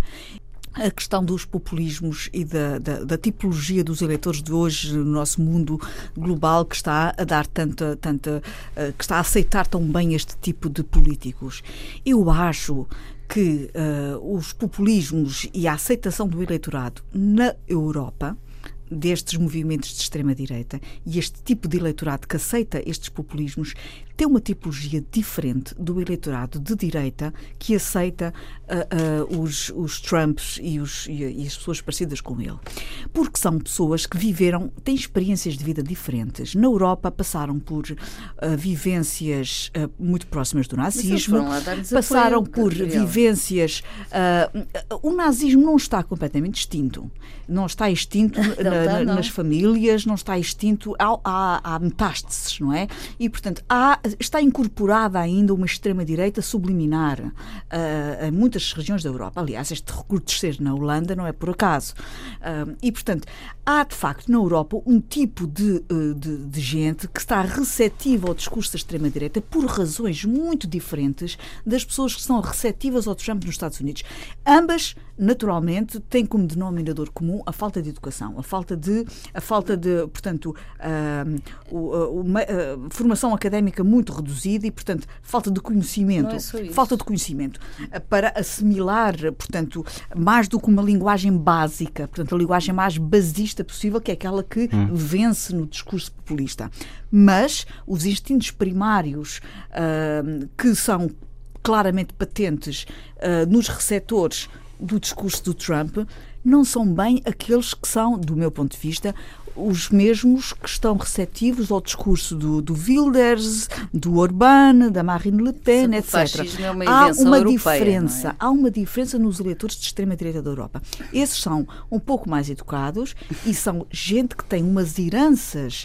A questão dos populismos e da, da, da tipologia dos eleitores de hoje no nosso mundo global que está a dar tanta, tanta, uh, que está a aceitar tão bem este tipo de políticos. Eu acho que uh, os populismos e a aceitação do eleitorado na Europa destes movimentos de extrema-direita e este tipo de eleitorado que aceita estes populismos tem uma tipologia diferente do eleitorado de direita que aceita uh, uh, os, os Trumps e, os, e, e as pessoas parecidas com ele. Porque são pessoas que viveram, têm experiências de vida diferentes. Na Europa passaram por uh, vivências uh, muito próximas do nazismo, passaram apoio, por Gabriel. vivências... Uh, o nazismo não está completamente extinto. Não está extinto Não na, está, na, não. nas famílias, não está extinto, há, há, há metástases, não é? E, portanto, há, está incorporada ainda uma extrema-direita subliminar uh, em muitas regiões da Europa. Aliás, este recrudescer na Holanda não é por acaso. Uh, e, portanto, há, de facto, na Europa um tipo de, uh, de, de gente que está receptiva ao discurso da extrema-direita por razões muito diferentes das pessoas que são receptivas ao Trump nos Estados Unidos. Ambas, naturalmente, têm como denominador comum a falta de educação, a falta de, a falta de portanto, uh, uh, uma uh, formação académica muito reduzida e, portanto, falta de conhecimento, Não é só isso. falta de conhecimento uh, para assimilar, portanto, mais do que uma linguagem básica, portanto, a linguagem mais basista possível, que é aquela que hum. vence no discurso populista. Mas os instintos primários uh, que são claramente patentes uh, nos receptores do discurso do Trump não são bem aqueles que são, do meu ponto de vista, os mesmos que estão receptivos ao discurso do, do Wilders, do Orbán, da Marine Le Pen, etcétera. É uma há uma europeia, diferença, não é? há uma diferença nos eleitores de extrema-direita da Europa. Esses são um pouco mais educados e são gente que tem umas heranças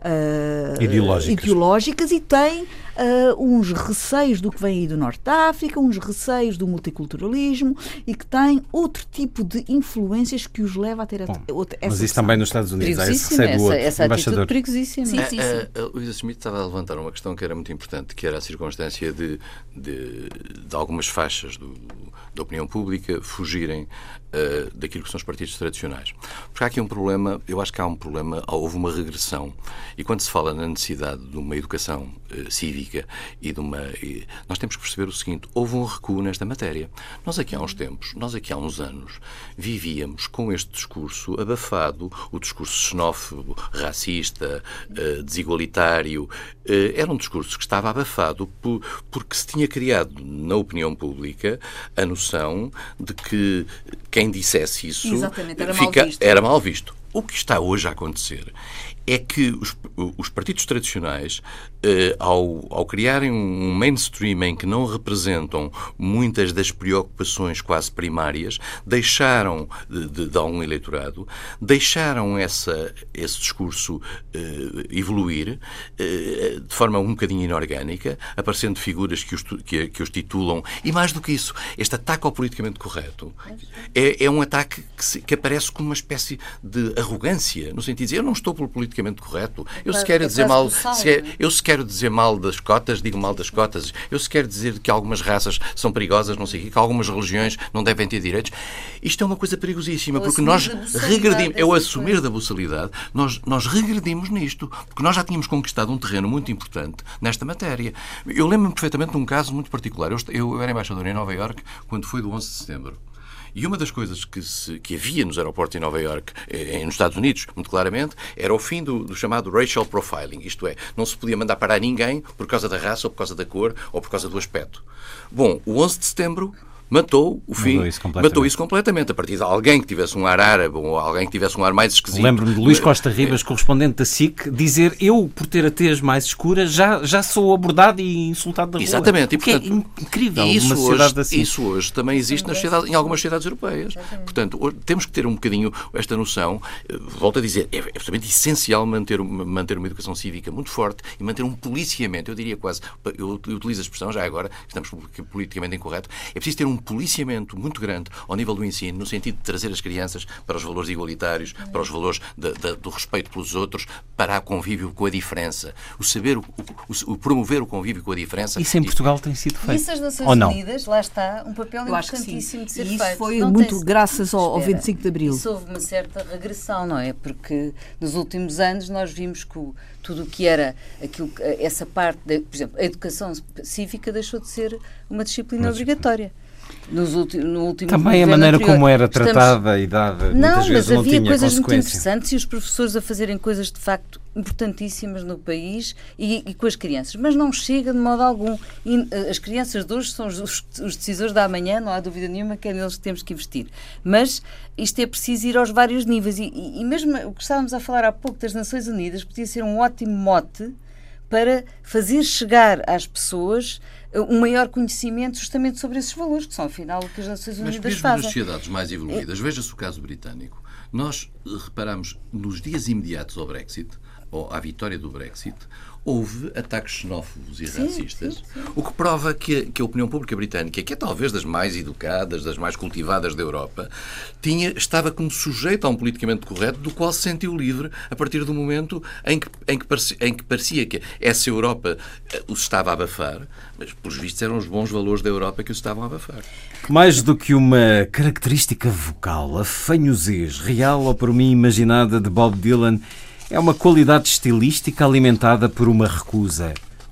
uh, ideológicas. ideológicas e tem uh, uns receios do que vem aí do Norte da África, uns receios do multiculturalismo e que tem outro tipo de influências que os leva a ter Bom, outra, mas essa isso também nos Estados Unidos há esse Perigosíssima, receio do outro, essa, essa embaixador. atitude perigosíssima. Sim, sim, sim. A, a, a Luísa Schmidt estava a levantar uma questão que era muito importante, que era a circunstância de, de, de algumas faixas do, da opinião pública fugirem uh, daquilo que são os partidos tradicionais. Porque há aqui um problema, eu acho que há um problema, houve uma regressão. E quando se fala na necessidade de uma educação uh, cívica e de uma... E, nós temos que perceber o seguinte, houve um recuo nesta matéria. Nós aqui há uns tempos, nós aqui há uns anos, vivíamos com este discurso abafado, o discurso xenófobo, racista, uh, desigualitário. Uh, era um discurso que estava abafado por, porque se tinha criado na opinião pública a noção de que quem dissesse isso Exatamente, era fica, mal visto. era mal visto. O que está hoje a acontecer é que os, os partidos tradicionais, eh, ao, ao criarem um mainstream em que não representam muitas das preocupações quase primárias, deixaram de, de, de algum eleitorado, deixaram essa, esse discurso eh, evoluir eh, de forma um bocadinho inorgânica, aparecendo figuras que os, que, que os titulam, e mais do que isso, este ataque ao politicamente correto é, é um ataque que, se, que aparece como uma espécie de arrogância, no sentido de dizer, eu não estou pelo politicamente correto. Eu se quero dizer mal, se quer, eu se quero dizer mal das cotas, digo mal das cotas. Eu se quero dizer que algumas raças são perigosas, não sei o quê, que algumas religiões não devem ter direitos. Isto é uma coisa perigosíssima, porque nós regredimos, é o assumir da buçalidade, nós, nós regredimos nisto, porque nós já tínhamos conquistado um terreno muito importante nesta matéria. Eu lembro-me perfeitamente de um caso muito particular. Eu, eu era embaixador em Nova Iorque quando foi do onze de setembro. E uma das coisas que, se, que havia nos aeroportos em Nova Iorque, eh, nos Estados Unidos, muito claramente, era o fim do, do chamado racial profiling. Isto é, não se podia mandar parar ninguém por causa da raça, ou por causa da cor, ou por causa do aspecto. Bom, o onze de setembro matou o fim, isso matou isso completamente. A partir de alguém que tivesse um ar árabe ou alguém que tivesse um ar mais esquisito. Lembro-me de Luís Costa Ribas, correspondente da S I C, dizer eu, por ter a tez mais escura, já, já sou abordado e insultado da rua. Exatamente. E, portanto, é incrível isso uma sociedade hoje, assim. Isso hoje também existe nas sociedades, em algumas sociedades europeias. Exatamente. Portanto, hoje, temos que ter um bocadinho esta noção. Volto a dizer, é absolutamente essencial manter, manter uma educação cívica muito forte e manter um policiamento, eu diria quase, eu utilizo a expressão já agora, estamos politicamente incorreto, é preciso ter um policiamento muito grande ao nível do ensino, no sentido de trazer as crianças para os valores igualitários, para os valores de, de, do respeito pelos outros, para o convívio com a diferença. O saber, o, o, o promover o convívio com a diferença. Isso em Portugal tem sido feito. Isso as Nações Ou não? Unidas, lá está, um papel Eu acho que importantíssimo sim. de ser E isso feito. foi Não muito tem-se- graças ao, ao Espera, vinte e cinco de Abril. Isso houve uma certa regressão, não é? Porque nos últimos anos nós vimos que o, tudo o que era aquilo, que- essa parte, de, por exemplo, a educação cívica deixou de ser uma disciplina Mas- obrigatória. Nos ulti, no último Também a governo maneira anterior. como era Estamos- tratada e dada, Não, muitas vezes mas não havia tinha coisas muito consequência. interessantes e os professores a fazerem coisas de facto importantíssimas no país e, e com as crianças, mas não chega de modo algum. E, uh, as crianças de hoje são os, os, os decisores da amanhã, não há dúvida nenhuma que é neles que temos que investir. Mas isto é preciso ir aos vários níveis e, e, e mesmo o que estávamos a falar há pouco das Nações Unidas podia ser um ótimo mote para fazer chegar às pessoas um maior conhecimento justamente sobre esses valores, que são afinal o que as Nações Mas Unidas mesmo nas fazem. sociedades mais evoluídas, veja-se o caso britânico. Nós reparamos nos dias imediatos ao Brexit, ou à vitória do Brexit, houve ataques xenófobos e Sim, racistas, sim, sim. o que prova que a, que a opinião pública britânica, que é talvez das mais educadas, das mais cultivadas da Europa, tinha, estava como sujeita a um politicamente correto do qual se sentiu livre a partir do momento em que, em que, parecia, em que parecia que essa Europa eh, os estava a abafar, mas pelos vistos eram os bons valores da Europa que os estavam a abafar. Mais do que uma característica vocal, a fanhosez real ou por mim imaginada de Bob Dylan é uma qualidade estilística alimentada por uma recusa.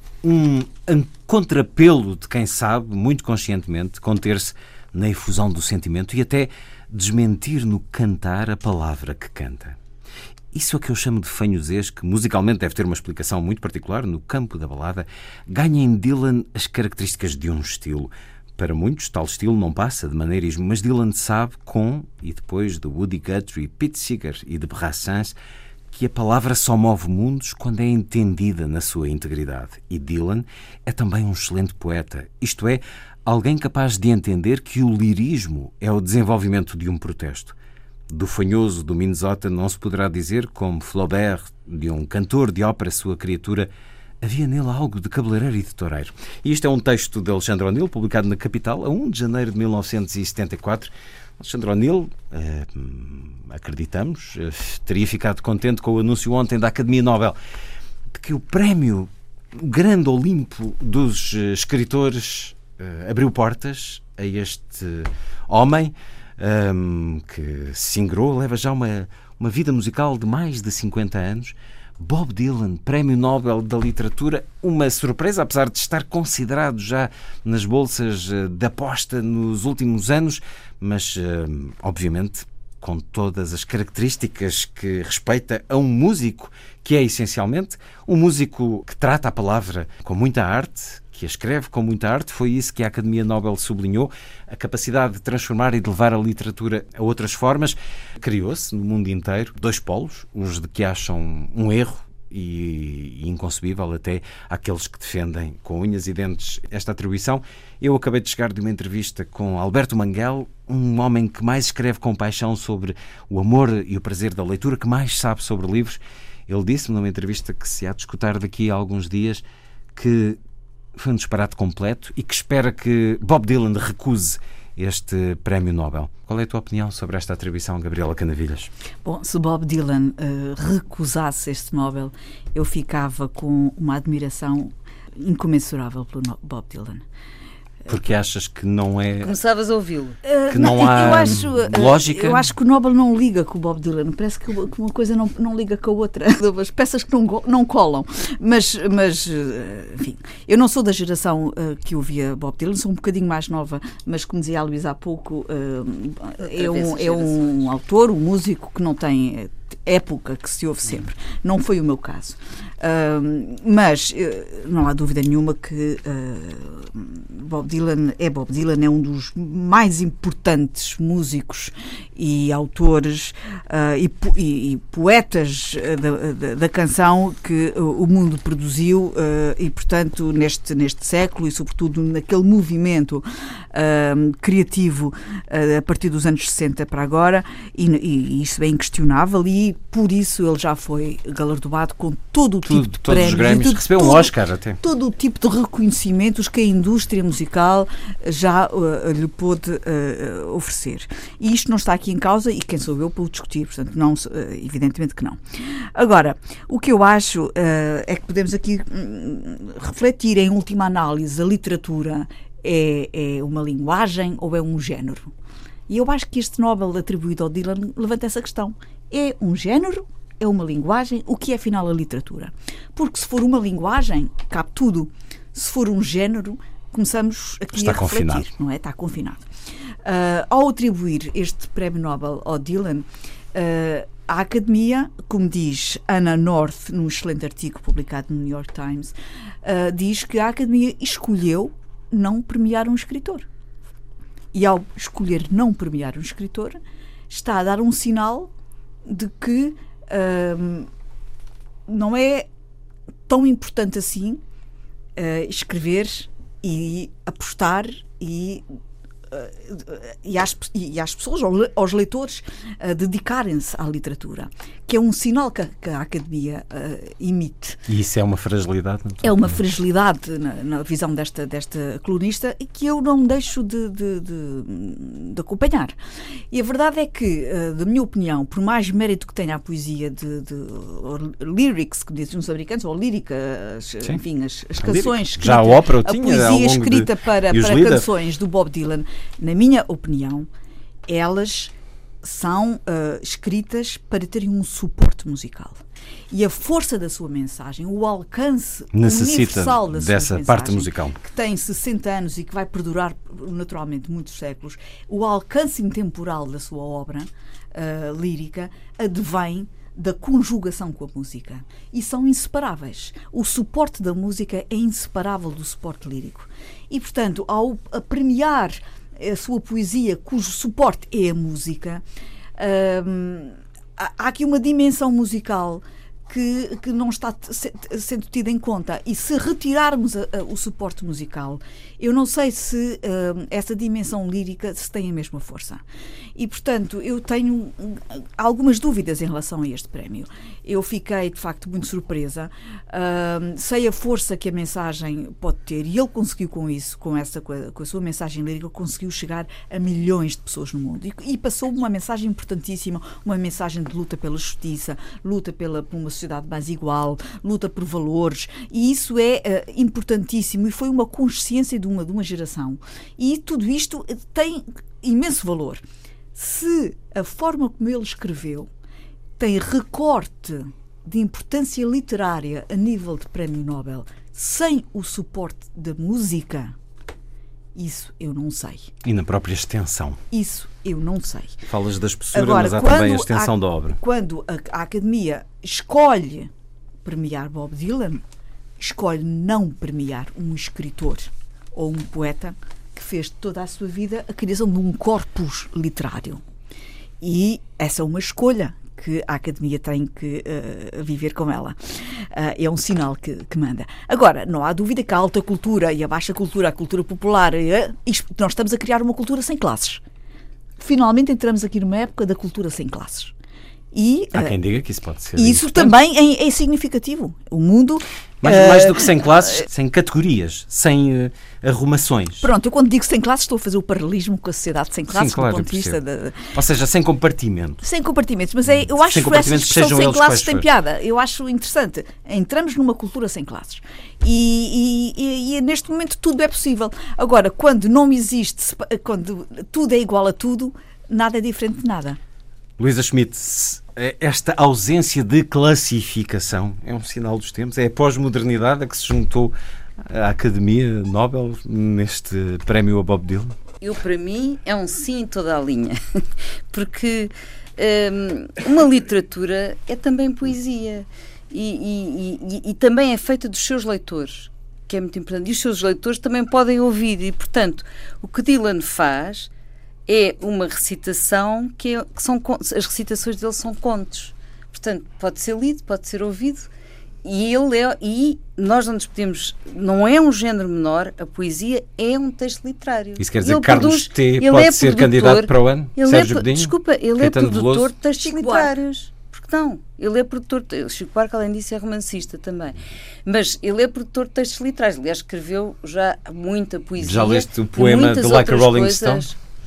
Um contrapelo de quem sabe, muito conscientemente, conter-se na efusão do sentimento e até desmentir no cantar a palavra que canta. Isso é que eu chamo de fanhosez, que musicalmente deve ter uma explicação muito particular no campo da balada, ganha em Dylan as características de um estilo. Para muitos, tal estilo não passa de maneirismo, mas Dylan sabe, com e depois de Woody Guthrie, Pete Seeger e de Brassens, que a palavra só move mundos quando é entendida na sua integridade. E Dylan é também um excelente poeta, isto é, alguém capaz de entender que o lirismo é o desenvolvimento de um protesto. Do fanhoso do Minnesota não se poderá dizer, como Flaubert, de um cantor de ópera sua criatura, havia nele algo de cabeleireiro e de toureiro. E isto é um texto de Alexandre O'Neill, publicado na Capital, a primeiro de janeiro de mil novecentos e setenta e quatro. Alexandre O'Neill, eh, acreditamos, eh, teria ficado contente com o anúncio ontem da Academia Nobel de que o prémio, o grande Olimpo dos eh, escritores, eh, abriu portas a este homem um, que se ingrou, leva já uma, uma vida musical de mais de cinquenta anos. Bob Dylan, Prémio Nobel da Literatura, uma surpresa, apesar de estar considerado já nas bolsas de aposta nos últimos anos, mas, obviamente, com todas as características que respeita a um músico, que é essencialmente um músico que trata a palavra com muita arte, que a escreve com muita arte. Foi isso que a Academia Nobel sublinhou, a capacidade de transformar e de levar a literatura a outras formas. Criou-se no mundo inteiro dois polos, os de que acham um erro e inconcebível até aqueles que defendem com unhas e dentes esta atribuição. Eu acabei de chegar de uma entrevista com Alberto Manguel, um homem que mais escreve com paixão sobre o amor e o prazer da leitura, que mais sabe sobre livros. Ele disse-me numa entrevista que se há de escutar daqui a alguns dias que foi um disparate completo e que espera que Bob Dylan recuse este Prémio Nobel. Qual é a tua opinião sobre esta atribuição, Gabriela Canavilhas? Bom, se Bob Dylan uh, recusasse este Nobel, eu ficava com uma admiração incomensurável pelo no- Bob Dylan. Porque achas que não é... Começavas a ouvi-lo. Que não há eu acho, lógica? Eu acho que o Nobel não liga com o Bob Dylan. Parece que uma coisa não, não liga com a outra. As peças que não, não colam. Mas, mas, enfim, eu não sou da geração uh, que ouvia Bob Dylan, sou um bocadinho mais nova, mas como dizia a Luísa há pouco, uh, é, um, é um autor, um músico que não tem época, que se ouve sempre. Não foi o meu caso. Uh, mas uh, não há dúvida nenhuma que uh, Bob Dylan é Bob Dylan, é um dos mais importantes músicos e autores uh, e, e, e poetas da, da, da canção que uh, o mundo produziu uh, e, portanto, neste, neste século e, sobretudo, naquele movimento uh, criativo uh, a partir dos anos sessenta para agora, e, e isso é inquestionável, e por isso ele já foi galardoado com todo o Tudo, tipo de todos prémios. os Grammys, recebeu um Oscar até. Todo o tipo de reconhecimentos que a indústria musical já uh, lhe pôde uh, oferecer. E isto não está aqui em causa, e quem sou eu para o discutir, portanto, não, uh, evidentemente que não. Agora, o que eu acho uh, é que podemos aqui um, refletir, em última análise, a literatura é, é uma linguagem ou é um género? E eu acho que este Nobel atribuído ao Dylan levanta essa questão. É um género? É uma linguagem? O que é, afinal, a literatura? Porque se for uma linguagem, cabe tudo. Se for um género, começamos aqui Está a refletir. confinado. Não é? Está confinado. Uh, ao atribuir este Prémio Nobel ao Dylan, uh, a Academia, como diz Anna North, num excelente artigo publicado no New York Times, uh, diz que a Academia escolheu não premiar um escritor. E ao escolher não premiar um escritor, está a dar um sinal de que uh, não é tão importante assim uh, escrever e apostar e, uh, e, às, e às pessoas, aos leitores, uh, dedicarem-se à literatura, que é um sinal que a, que a Academia uh, emite. E isso é uma fragilidade? Não? É uma fragilidade na, na visão desta, desta colunista e que eu não deixo de, de, de, de acompanhar. E a verdade é que, uh, da minha opinião, por mais mérito que tenha a poesia de, de lyrics, que dizem os americanos, ou lírica, as, enfim, as, as canções escritas, já a ópera tinha, a poesia escrita de, para, para canções do Bob Dylan, na minha opinião, elas são uh, escritas para terem um suporte musical. E a força da sua mensagem, o alcance necessita universal da dessa sua mensagem, parte musical, que tem sessenta anos e que vai perdurar naturalmente muitos séculos, o alcance intemporal da sua obra uh, lírica advém da conjugação com a música. E são inseparáveis. O suporte da música é inseparável do suporte lírico. E, portanto, ao a premiar a sua poesia, cujo suporte é a música, hum, há, há aqui uma dimensão musical que, que não está sendo tida em conta. E se retirarmos a, a, o suporte musical, eu não sei se uh, essa dimensão lírica se tem a mesma força. E, portanto, eu tenho algumas dúvidas em relação a este prémio. Eu fiquei, de facto, muito surpresa. Uh, sei a força que a mensagem pode ter, e ele conseguiu com isso, com, essa, com, a, com a sua mensagem lírica, conseguiu chegar a milhões de pessoas no mundo. E, e passou uma mensagem importantíssima, uma mensagem de luta pela justiça, luta pela, por uma sociedade mais igual, luta por valores, e isso é uh, importantíssimo, e foi uma consciência de uma, de uma geração. E tudo isto tem imenso valor. Se a forma como ele escreveu tem recorte de importância literária a nível de Prémio Nobel, sem o suporte da música, isso eu não sei. E na própria extensão? Isso eu não sei. Falas da espessura, Agora, mas há também a extensão a, da obra. Quando a, a Academia escolhe premiar Bob Dylan, escolhe não premiar um escritor ou um poeta que fez toda a sua vida a criação de um corpus literário. E essa é uma escolha que a Academia tem que uh, viver com ela. Uh, é um sinal que, que manda. Agora, não há dúvida que a alta cultura e a baixa cultura, a cultura popular, uh, isto, nós estamos a criar uma cultura sem classes. Finalmente entramos aqui numa época da cultura sem classes. E, há quem diga que isso pode ser. E isso também é, é significativo. O mundo... Mais, uh, mais do que sem classes, sem categorias, sem uh, arrumações. Pronto, eu quando digo sem classes estou a fazer o paralelismo com a sociedade sem classes, Sim, claro, do ponto de vista... De... Ou seja, sem compartimento. Sem compartimentos, mas é, eu acho que essa expressão sem classes tem piada. Eu acho interessante. Entramos numa cultura sem classes. E, e, e, e neste momento tudo é possível. Agora, quando não existe, quando tudo é igual a tudo, nada é diferente de nada. Luísa Schmidt, esta ausência de classificação é um sinal dos tempos? É a pós-modernidade a que se juntou à Academia Nobel neste prémio a Bob Dylan? Eu, para mim, é um sim em toda a linha. Porque um, uma literatura é também poesia. E, e, e, e também é feita dos seus leitores, que é muito importante. E os seus leitores também podem ouvir. E, portanto, o que Dylan faz... é uma recitação que, é, que são as recitações dele são contos, portanto pode ser lido, pode ser ouvido, e ele é, e nós não nos podemos, não é um género menor, a poesia é um texto literário. Isso quer dizer ele que Carlos produz, T pode é ser produtor, candidato para o ano? Ele Sérgio é, Godinho? Desculpa, ele Caetano é produtor Veloso? de textos Chico literários. Porque não, ele é produtor, Chico Buarque, além disso, é romancista também, mas ele é produtor de textos literários. Aliás, escreveu já muita poesia. Já leste o poema de Like a Rolling Stone?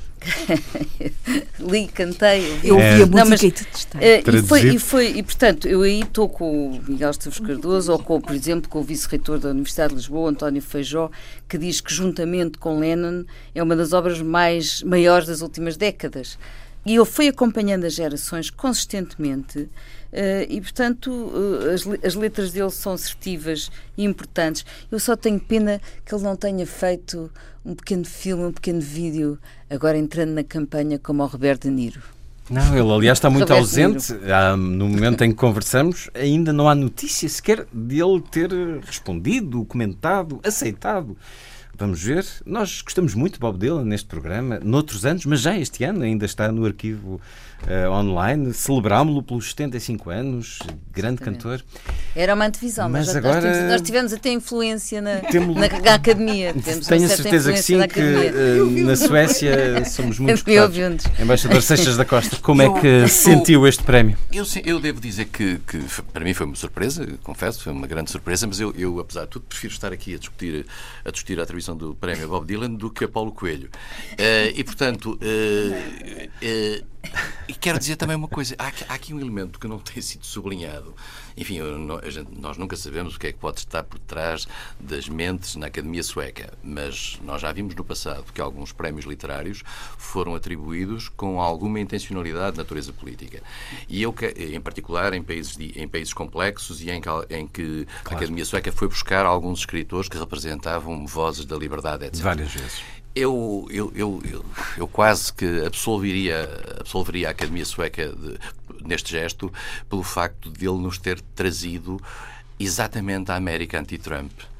Li, cantei, eu ouvi é. a música mas, e tudo está. e, foi, e foi e portanto eu aí estou com o Miguel Esteves Cardoso ou com, por exemplo, com o vice-reitor da Universidade de Lisboa, António Feijó, que diz que juntamente com Lennon é uma das obras mais maiores das últimas décadas, e ele foi acompanhando as gerações consistentemente. Uh, e, portanto, uh, as, as letras dele são assertivas e importantes. Eu só tenho pena que ele não tenha feito um pequeno filme, um pequeno vídeo, agora entrando na campanha como o Robert De Niro. Não, ele aliás está muito Roberto ausente. Ah, no momento em que conversamos, ainda não há notícia sequer dele ter respondido, comentado, aceitado. Vamos ver. Nós gostamos muito de Bob Dylan neste programa, noutros anos, mas já este ano ainda está no arquivo uh, online. Celebrámo-lo pelos setenta e cinco anos, grande Exatamente. Cantor. Era uma antevisão, mas, mas já agora... nós, tivemos, nós tivemos até influência na, Temos... na, na academia. Temos Tenho a certeza que sim, que uh, na Suécia somos muito escutados. Embaixador Seixas da Costa, como é que sentiu este prémio? Eu, eu devo dizer que, que para mim foi uma surpresa, confesso, foi uma grande surpresa, mas eu, eu apesar de tudo, prefiro estar aqui a discutir a, discutir a atribuição do prémio a Bob Dylan do que a Paulo Coelho. Uh, e, portanto, uh, uh, e quero dizer também uma coisa. Há, há aqui um elemento que não tem sido sublinhado. Enfim, eu, não, a gente, nós nunca sabemos o que é que pode estar por trás das mentes na Academia Sueca, mas nós já vimos no passado que alguns prémios literários foram atribuídos com alguma intencionalidade de natureza política. E eu, em particular, em países, em países complexos e em que, em que claro. a Academia Sueca foi buscar alguns escritores que representavam vozes da liberdade, etcétera. Várias vezes. Eu, eu, eu, eu, eu quase que absolveria, absolveria a Academia Sueca de, neste gesto pelo facto de ele nos ter trazido exatamente a América anti-Trump.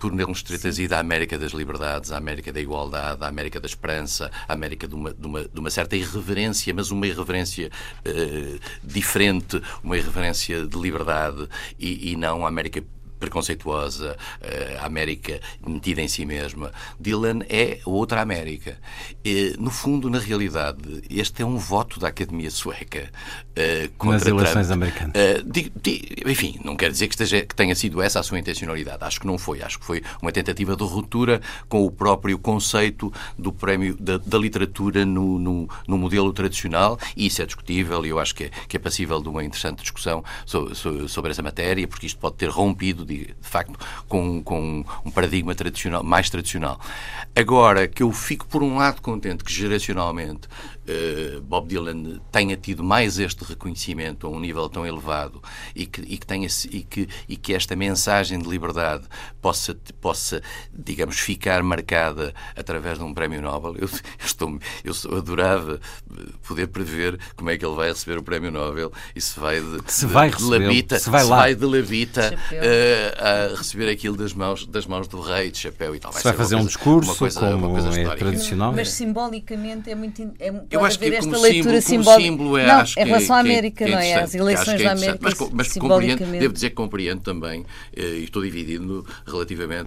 por nos ter trazido a América das liberdades, a América da igualdade, a América da esperança, a América de uma, de uma, de uma certa irreverência, mas uma irreverência uh, diferente, uma irreverência de liberdade e, e não a América preconceituosa, a América metida em si mesma. Dylan é outra América. E, no fundo, na realidade, este é um voto da Academia Sueca uh, contra nas eleições Trump. americanas. Uh, di, di, enfim, não quer dizer que, esteja, que tenha sido essa a sua intencionalidade. Acho que não foi. Acho que foi uma tentativa de ruptura com o próprio conceito do prémio da, da literatura no, no, no modelo tradicional, e isso é discutível e eu acho que é, que é passível de uma interessante discussão sobre, sobre essa matéria, porque isto pode ter rompido de facto, com, com um paradigma tradicional, mais tradicional. Agora, que eu fico, por um lado, contente que, geracionalmente, uh, Bob Dylan tenha tido mais este reconhecimento a um nível tão elevado e que, e que, tenha, e que, e que esta mensagem de liberdade possa, possa, digamos, ficar marcada através de um prémio Nobel. Eu, eu, estou, eu adorava poder prever como é que ele vai receber o prémio Nobel e se vai de, se vai de, de Labita, se vai, se lá. vai de Labita uh, a receber aquilo das mãos, das mãos do rei, de chapéu e tal. Vai, vai vai fazer coisa, um discurso, uma coisa, como uma coisa é histórica. tradicional. Mas simbolicamente é muito. É, eu acho que haver como esta leitura símbolo, como símbolo é, não, acho em relação que, à América, que é, não é? As eleições é da América. Mas, mas simbolicamente... devo dizer que compreendo também, e estou dividido relativamente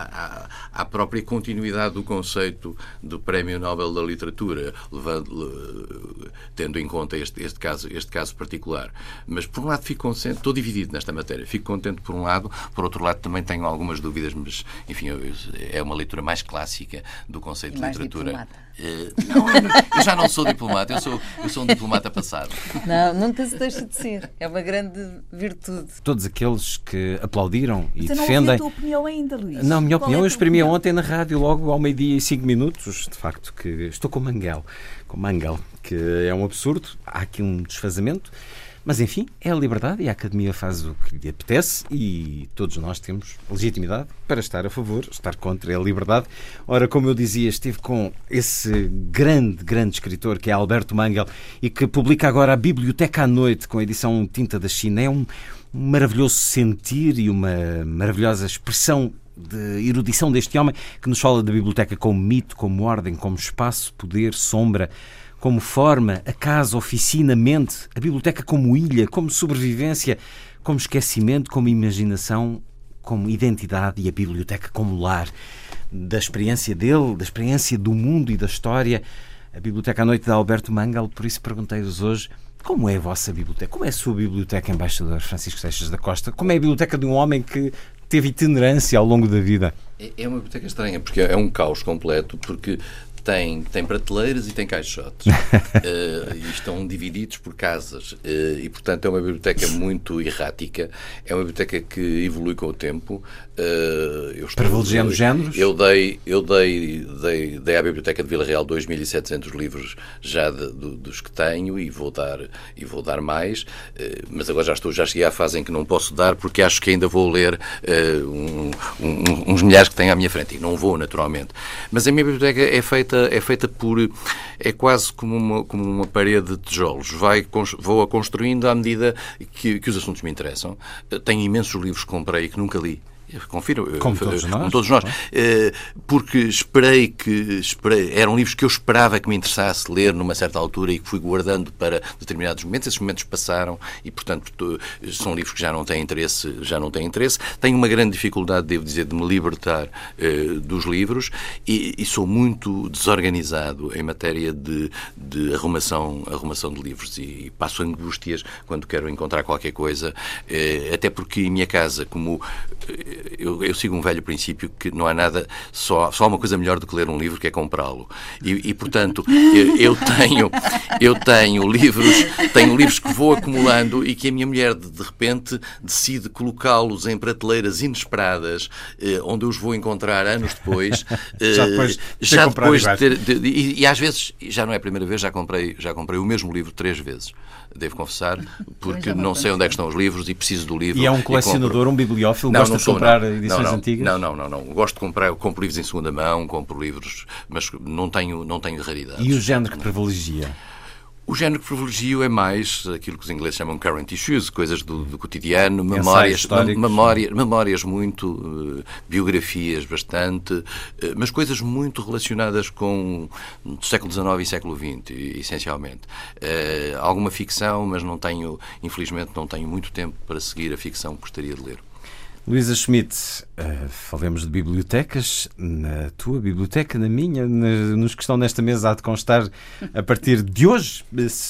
à, à, à própria continuidade do conceito do Prémio Nobel da Literatura, levando, tendo em conta este, este, caso, este caso particular. Mas, por um lado, fico contente, estou dividido nesta matéria, fico contente por um lado, por outro lado, também tenho algumas dúvidas, mas, enfim, eu, é uma leitura mais clássica do conceito de literatura. Uh, não, eu já não sou diplomata, eu sou, eu sou um diplomata passado. Não, nunca se deixa de ser. É uma grande virtude. Todos aqueles que aplaudiram e Você defendem... não ouviu a tua opinião ainda, Luís? Não, a minha Qual opinião é eu a exprimi opinião? ontem na rádio, logo ao meio-dia e cinco minutos. De facto, que estou com Manguel, com Manguel, que é um absurdo. Há aqui um desfazamento. Mas, enfim, é a liberdade e a Academia faz o que lhe apetece e todos nós temos legitimidade para estar a favor, estar contra a liberdade. Ora, como eu dizia, estive com esse grande, grande escritor que é Alberto Manguel e que publica agora a Biblioteca à Noite com a edição Tinta da China. É um, um maravilhoso sentir e uma maravilhosa expressão de erudição deste homem que nos fala da biblioteca como mito, como ordem, como espaço, poder, sombra, como forma, a casa, oficina, mente, a biblioteca como ilha, como sobrevivência, como esquecimento, como imaginação, como identidade e a biblioteca como lar. Da experiência dele, da experiência do mundo e da história, a Biblioteca à Noite de Alberto Manguel, por isso perguntei-vos hoje como é a vossa biblioteca, como é a sua biblioteca, embaixador Francisco Seixas da Costa, como é a biblioteca de um homem que teve itinerância ao longo da vida? É uma biblioteca estranha, porque é um caos completo, porque Tem, tem prateleiras e tem caixotes uh, e estão divididos por casas uh, e, portanto, é uma biblioteca muito errática, é uma biblioteca que evolui com o tempo. Uh, eu estou, Privilegiando eu, géneros? Eu, dei, eu dei, dei, dei à Biblioteca de Vila Real dois mil e setecentos livros já de, de, dos que tenho e vou dar, e vou dar mais, uh, mas agora já, estou, já cheguei à fase em que não posso dar porque acho que ainda vou ler uh, um, um, uns milhares que tenho à minha frente e não vou, naturalmente. Mas a minha biblioteca é feita é feita por... é quase como uma, como uma parede de tijolos. Vai, vou-a construindo à medida que, que os assuntos me interessam. Tenho imensos livros que comprei e que nunca li. Confiro, como todos nós, como todos nós. Porque esperei que esperei, eram livros que eu esperava que me interessasse ler numa certa altura e que fui guardando para determinados momentos. Esses momentos passaram e, portanto, são livros que já não têm interesse, já não têm interesse. Tenho uma grande dificuldade, devo dizer, de me libertar uh, dos livros e, e sou muito desorganizado em matéria de, de arrumação, arrumação de livros e passo angústias quando quero encontrar qualquer coisa, uh, até porque em minha casa, como Eu, eu sigo um velho princípio que não há nada, só, só há uma coisa melhor do que ler um livro, que é comprá-lo. E, e portanto, eu, eu tenho eu tenho livros, tenho livros que vou acumulando e que a minha mulher, de, de repente, decide colocá-los em prateleiras inesperadas, eh, onde eu os vou encontrar anos depois. Eh, já depois de já ter depois de ter, de, de, e, e às vezes, já não é a primeira vez, já comprei, já comprei o mesmo livro três vezes. Devo confessar, porque não sei onde é que estão os livros e preciso do livro. E é um colecionador, um bibliófilo, não, gosta não sou, de comprar não, edições não, não, antigas? Não, não, não, não. Gosto de comprar, compro livros em segunda mão, compro livros, mas não tenho, não tenho raridades. E o género que privilegia? O género que privilegio é mais aquilo que os ingleses chamam current issues, coisas do, do cotidiano, memórias, memórias, memórias muito, uh, biografias bastante, uh, mas coisas muito relacionadas com o século dezenove e século vinte, essencialmente. Uh, alguma ficção, mas não tenho, infelizmente, não tenho muito tempo para seguir a ficção que gostaria de ler. Luísa Schmidt, uh, falemos de bibliotecas. Na tua biblioteca, na minha, na, nos que estão nesta mesa, há de constar a partir de hoje,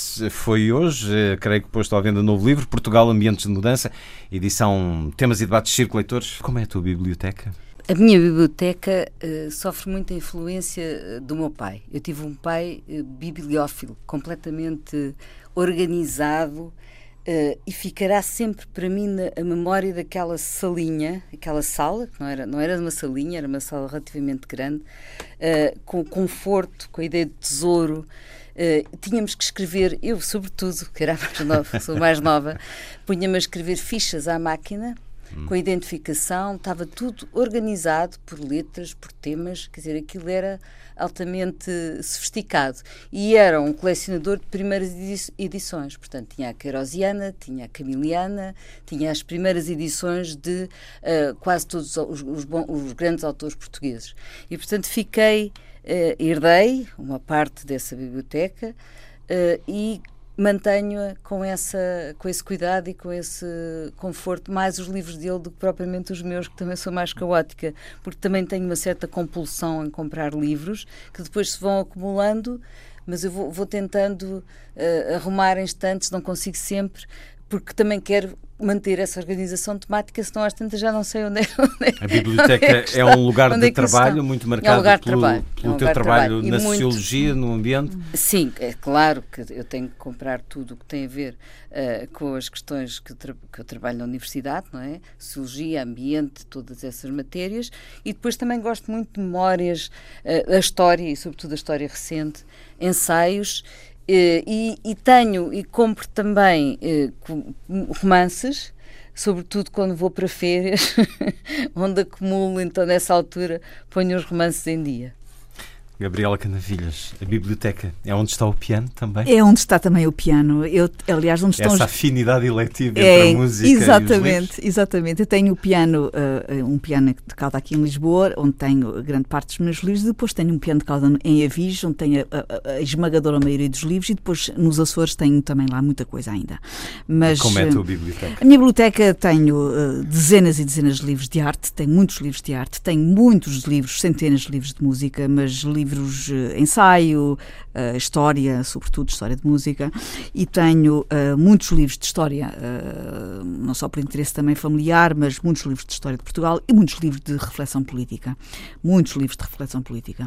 foi hoje, uh, creio que posto à venda novo livro, Portugal, Ambientes de Mudança, edição Temas e Debates Circo Leitores. Como é a tua biblioteca? A minha biblioteca uh, sofre muita influência do meu pai. Eu tive um pai uh, bibliófilo, completamente organizado. Uh, e ficará sempre para mim na a memória daquela salinha, aquela sala, que não era, não era uma salinha, era uma sala relativamente grande, uh, com conforto, com a ideia de tesouro. Uh, tínhamos que escrever, eu sobretudo, que era mais nova, sou mais nova, punha-me a escrever fichas à máquina, hum. com a identificação, estava tudo organizado por letras, por temas, quer dizer, aquilo era altamente sofisticado. E era um colecionador de primeiras edições. Portanto, tinha a Queirosiana, tinha a Camiliana, tinha as primeiras edições de uh, quase todos os, os, bons, os grandes autores portugueses. E, portanto, fiquei, uh, herdei uma parte dessa biblioteca uh, e mantenho-a com, essa, com esse cuidado e com esse conforto, mais os livros dele do que propriamente os meus, que também sou mais caótica, porque também tenho uma certa compulsão em comprar livros, que depois se vão acumulando, mas eu vou, vou tentando uh, arrumar em instantes, não consigo sempre, porque também quero manter essa organização temática, senão às tantas já não sei onde é. Onde é a biblioteca é, é um lugar de é trabalho muito marcado é um pelo, trabalho. pelo é um teu trabalho, trabalho na muito... sociologia, no ambiente. Sim, é claro que eu tenho que comprar tudo o que tem a ver uh, com as questões que eu, tra que eu trabalho na universidade, não é? Sociologia, ambiente, todas essas matérias, e depois também gosto muito de memórias, uh, a história, e sobretudo a história recente, ensaios. Uh, e, e tenho e compro também uh, romances, sobretudo quando vou para férias, onde acumulo, então nessa altura ponho os romances em dia. Gabriela Canavilhas, a biblioteca é onde está o piano também? É onde está também o piano. Eu, aliás, onde estão essa os... afinidade eletiva é, entre a música exatamente, e os livros? Exatamente. Eu tenho o piano, uh, um piano de cauda aqui em Lisboa, onde tenho grande parte dos meus livros. Depois tenho um piano de cauda em Avis, onde tenho a, a, a esmagadora maioria dos livros. E depois nos Açores tenho também lá muita coisa ainda. Mas, como é a tua biblioteca? A minha biblioteca tenho uh, dezenas e dezenas de livros de arte. Tenho muitos livros de arte. Tenho muitos livros, centenas de livros de música, mas livros livros ensaio, uh, história, sobretudo história de música, e tenho uh, muitos livros de história, uh, não só por interesse também familiar, mas muitos livros de história de Portugal e muitos livros de reflexão política. Muitos livros de reflexão política.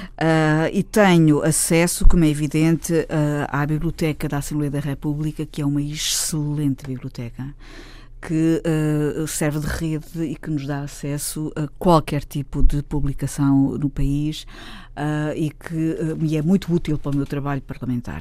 Uh, e tenho acesso, como é evidente, uh, à Biblioteca da Assembleia da República, que é uma excelente biblioteca, que uh, serve de rede e que nos dá acesso a qualquer tipo de publicação no país. Uh, e que uh, me é muito útil para o meu trabalho parlamentar.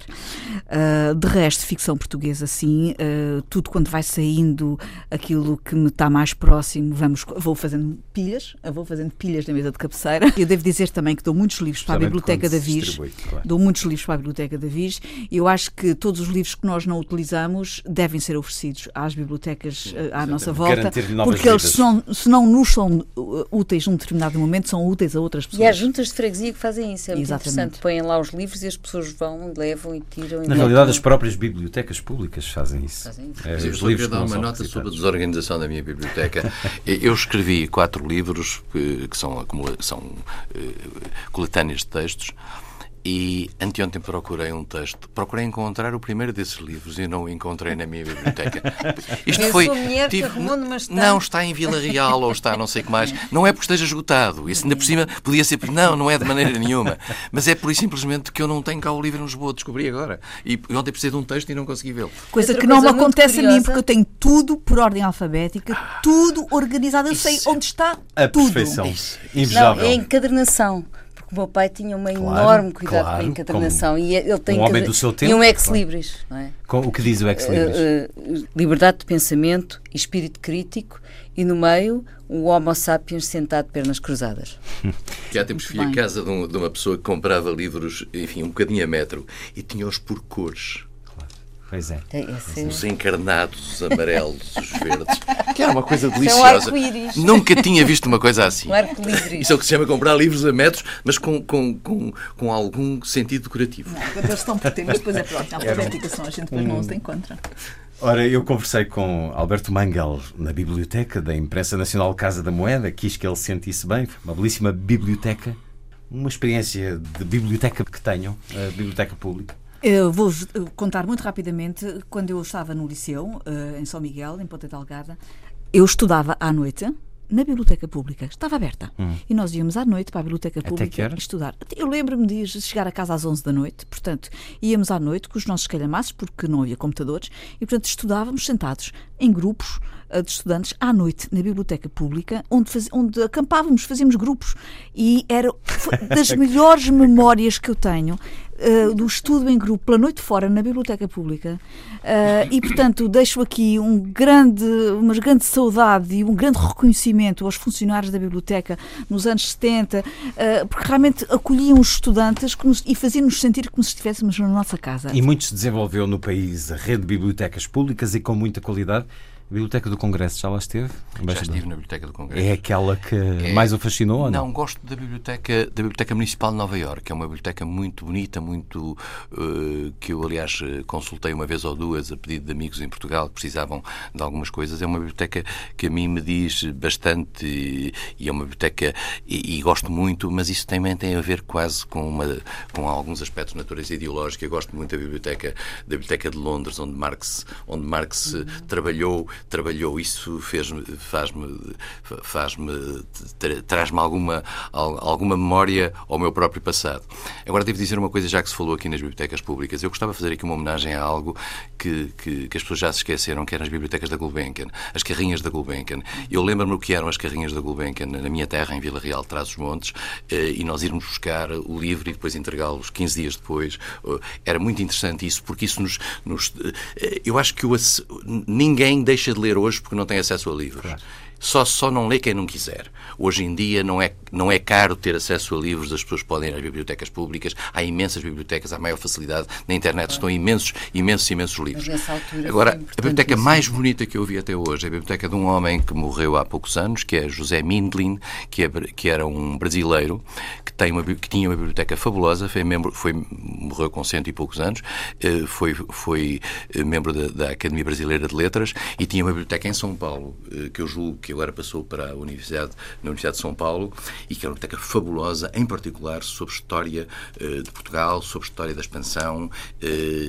Uh, de resto, ficção portuguesa, sim, uh, tudo quando vai saindo aquilo que me está mais próximo, vamos, vou fazendo pilhas, vou fazendo pilhas na mesa de cabeceira. Eu devo dizer também que dou muitos livros para a Biblioteca da Viz, claro. Dou muitos livros para a Biblioteca da Viz, e eu acho que todos os livros que nós não utilizamos devem ser oferecidos às bibliotecas uh, à nossa volta, porque eles, se não, se não nos são úteis num determinado momento, são úteis a outras pessoas. E há juntas de freguesia que fazem isso, é muito Exatamente. Interessante. Põem lá os livros e as pessoas vão, levam e tiram. E Na realidade, as próprias bibliotecas públicas fazem isso. Fazem isso. É, Mas os eu livros queria dar uma nota sobre a desorganização da minha biblioteca. Eu escrevi quatro livros que, que são, acumula, são uh, coletâneas de textos. E anteontem procurei um texto, procurei encontrar o primeiro desses livros e não o encontrei na minha biblioteca. Isto eu foi. Sou mulher tive, que arrumou numa estante. Não, está em Vila Real ou está não sei o que mais. Não é porque esteja esgotado. Isso ainda por cima podia ser. Não, não é de maneira nenhuma. Mas é por isso simplesmente que eu não tenho cá o livro em Lisboa. Descobri agora. E ontem precisei de um texto e não consegui vê-lo. Coisa Outra que não coisa me acontece curiosa. a mim, porque eu tenho tudo por ordem alfabética, tudo organizado. Eu Isso. sei onde está A tudo. perfeição. Isso. Invejável. Não, é encadernação. O meu pai tinha uma Claro, enorme cuidado claro, com a encadernação e ele tem um homem encader... do seu tempo, e um ex-libris, claro. não é? Com o que diz o ex-libris? Uh, uh, liberdade de pensamento, espírito crítico e no meio um Homo sapiens sentado de pernas cruzadas. Já temos fui a casa de, um, de uma pessoa que comprava livros, enfim, um bocadinho a metro, e tinha-os por cores. Pois é. Esse... Os encarnados, os amarelos, os verdes. Que era uma coisa É um deliciosa. arco-íris. Nunca tinha visto uma coisa assim. Um arco-íris. Isso é o que se chama comprar livros a metros, mas com, com, com, com algum sentido decorativo. Não, quando eles estão por temas, depois é pronto. A alfabetização a gente depois não os encontra. Ora, eu conversei com Alberto Mangel na biblioteca da Imprensa Nacional Casa da Moeda, quis que ele se sentisse bem, uma belíssima biblioteca, uma experiência de biblioteca que tenham, a biblioteca pública. Eu vou contar muito rapidamente. Quando eu estava no liceu, em São Miguel, em Ponta Delgada, eu estudava à noite na biblioteca pública. Estava aberta. Hum. E nós íamos à noite para a biblioteca pública estudar. Eu lembro-me de chegar a casa às onze da noite, portanto, íamos à noite com os nossos calhamaços, porque não havia computadores, e, portanto, estudávamos sentados em grupos de estudantes à noite na biblioteca pública, onde, faz, onde acampávamos, fazíamos grupos. E era das melhores memórias que eu tenho uh, do estudo em grupo pela noite fora na biblioteca pública. Uh, e, portanto, deixo aqui um grande, uma grande saudade e um grande reconhecimento aos funcionários da biblioteca nos anos setenta, uh, porque realmente acolhiam os estudantes como, e faziam-nos sentir como se estivéssemos na nossa casa. E muito se desenvolveu no país a rede de bibliotecas públicas e com muita qualidade. A Biblioteca do Congresso já lá esteve? Já estive na Biblioteca do Congresso. É aquela que é... mais o fascinou ou não? Não, gosto da Biblioteca, da Biblioteca Municipal de Nova Iorque, é uma biblioteca muito bonita, muito uh, que eu, aliás, consultei uma vez ou duas a pedido de amigos em Portugal que precisavam de algumas coisas. É uma biblioteca que a mim me diz bastante e, e é uma biblioteca e, e gosto muito, mas isso também tem a ver quase com, uma, com alguns aspectos de natureza ideológica. Eu gosto muito da biblioteca, da biblioteca de Londres, onde Marx, onde Marx uhum. trabalhou trabalhou, isso fez-me, faz-me, faz-me, traz-me alguma, alguma memória ao meu próprio passado. Agora devo dizer uma coisa, já que se falou aqui nas bibliotecas públicas, eu gostava de fazer aqui uma homenagem a algo que, que, que as pessoas já se esqueceram, que eram as bibliotecas da Gulbenkian, as carrinhas da Gulbenkian. Eu lembro-me o que eram as carrinhas da Gulbenkian na minha terra, em Vila Real de Trás-os-Montes, e nós irmos buscar o livro e depois entregá-los quinze dias depois. Era muito interessante isso, porque isso nos... nos eu acho que o, ninguém deixa de ler hoje porque não tem acesso a livros. Claro. Só, só não lê quem não quiser. Hoje em dia não é, não é caro ter acesso a livros, as pessoas podem ir às bibliotecas públicas, há imensas bibliotecas, há maior facilidade, na internet estão imensos, imensos, imensos livros. Agora, a biblioteca isso. mais bonita que eu vi até hoje é a biblioteca de um homem que morreu há poucos anos, que é José Mindlin, que, é, que era um brasileiro, que, tem uma, que tinha uma biblioteca fabulosa, foi membro, foi, morreu com cento e poucos anos, foi, foi membro da, da Academia Brasileira de Letras e tinha uma biblioteca em São Paulo, que eu julgo que agora passou para a Universidade, na Universidade de São Paulo, e que é uma biblioteca fabulosa, em particular sobre história uh, de Portugal, sobre história da expansão uh,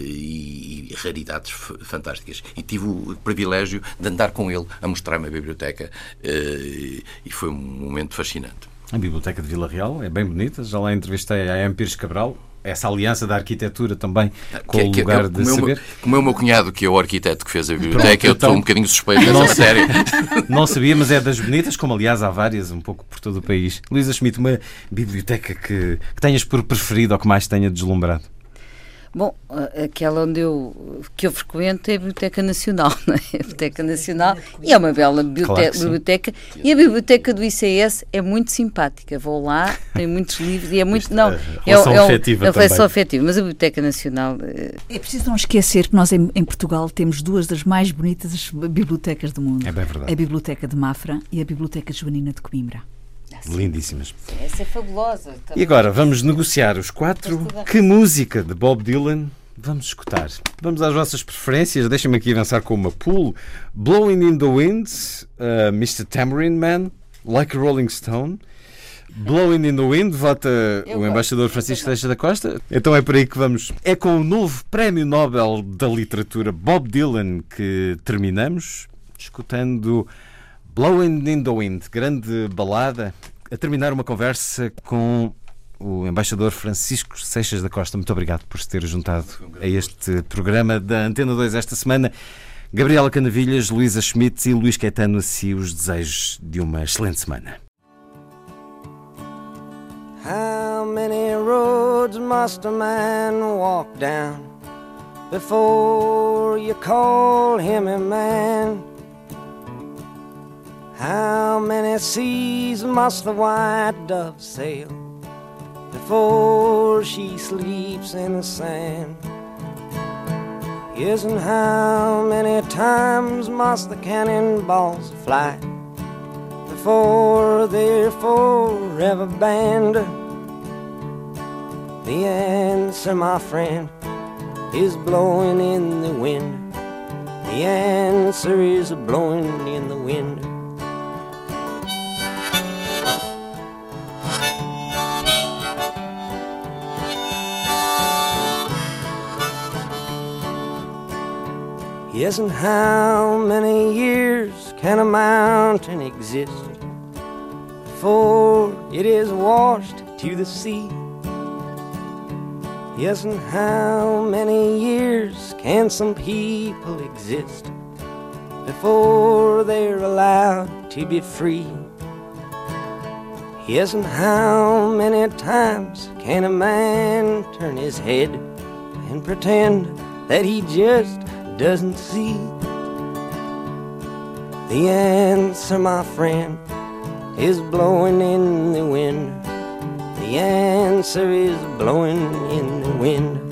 e, e raridades f- fantásticas. E tive o privilégio de andar com ele a mostrar-me a biblioteca uh, e foi um momento fascinante. A Biblioteca de Vila Real é bem bonita, já lá entrevistei a M. Pires Cabral. Essa aliança da arquitetura também com que, o lugar que, que, de como saber. É meu, como é o meu cunhado, que é o arquiteto que fez a biblioteca, Pronto, eu estou então, um bocadinho suspeito dessa matéria. Não sabia, mas é das bonitas, como aliás há várias, um pouco por todo o país. Luísa Schmidt, uma biblioteca que, que tenhas por preferido ou que mais tenha deslumbrado? Bom, aquela onde eu, que eu frequento é a Biblioteca Nacional, não é? A Biblioteca Nacional, e é uma bela biblioteca, claro biblioteca e a Biblioteca do I C S é muito simpática. Vou lá, tem muitos livros e é muito... Não, é, é, é afetiva também. É afetiva, mas a Biblioteca Nacional... É preciso não esquecer que nós em, em Portugal temos duas das mais bonitas bibliotecas do mundo. É bem verdade. A Biblioteca de Mafra e a Biblioteca Joanina de Coimbra. Lindíssimas. Essa é fabulosa. E agora vamos negociar os quatro. Que música de Bob Dylan vamos escutar? Vamos às vossas preferências. Deixem-me aqui avançar com uma pool. Blowing in the Wind, uh, mister Tambourine Man, Like a Rolling Stone. Blowing in the Wind, vota Eu o embaixador Francisco Teixeira da Costa. Então é por aí que vamos. É com o novo Prémio Nobel da Literatura Bob Dylan que terminamos, escutando Blowing in the Wind, grande balada, a terminar uma conversa com o embaixador Francisco Seixas da Costa. Muito obrigado por se ter juntado a este programa da Antena dois esta semana. Gabriela Canavilhas, Luísa Schmidt e Luís Caetano, assim os desejos de uma excelente semana. How many roads must a man walk down before you call him a man? How many seas must the white dove sail before she sleeps in the sand? Yes, and how many times must the cannonballs fly before they're forever banned? The answer, my friend, is blowing in the wind. The answer is blowing in the wind. Yes, and how many years can a mountain exist before it is washed to the sea? Yes, and how many years can some people exist before they're allowed to be free? Yes, and how many times can a man turn his head and pretend that he just doesn't see? The answer, my friend, is blowing in the wind. The answer is blowing in the wind.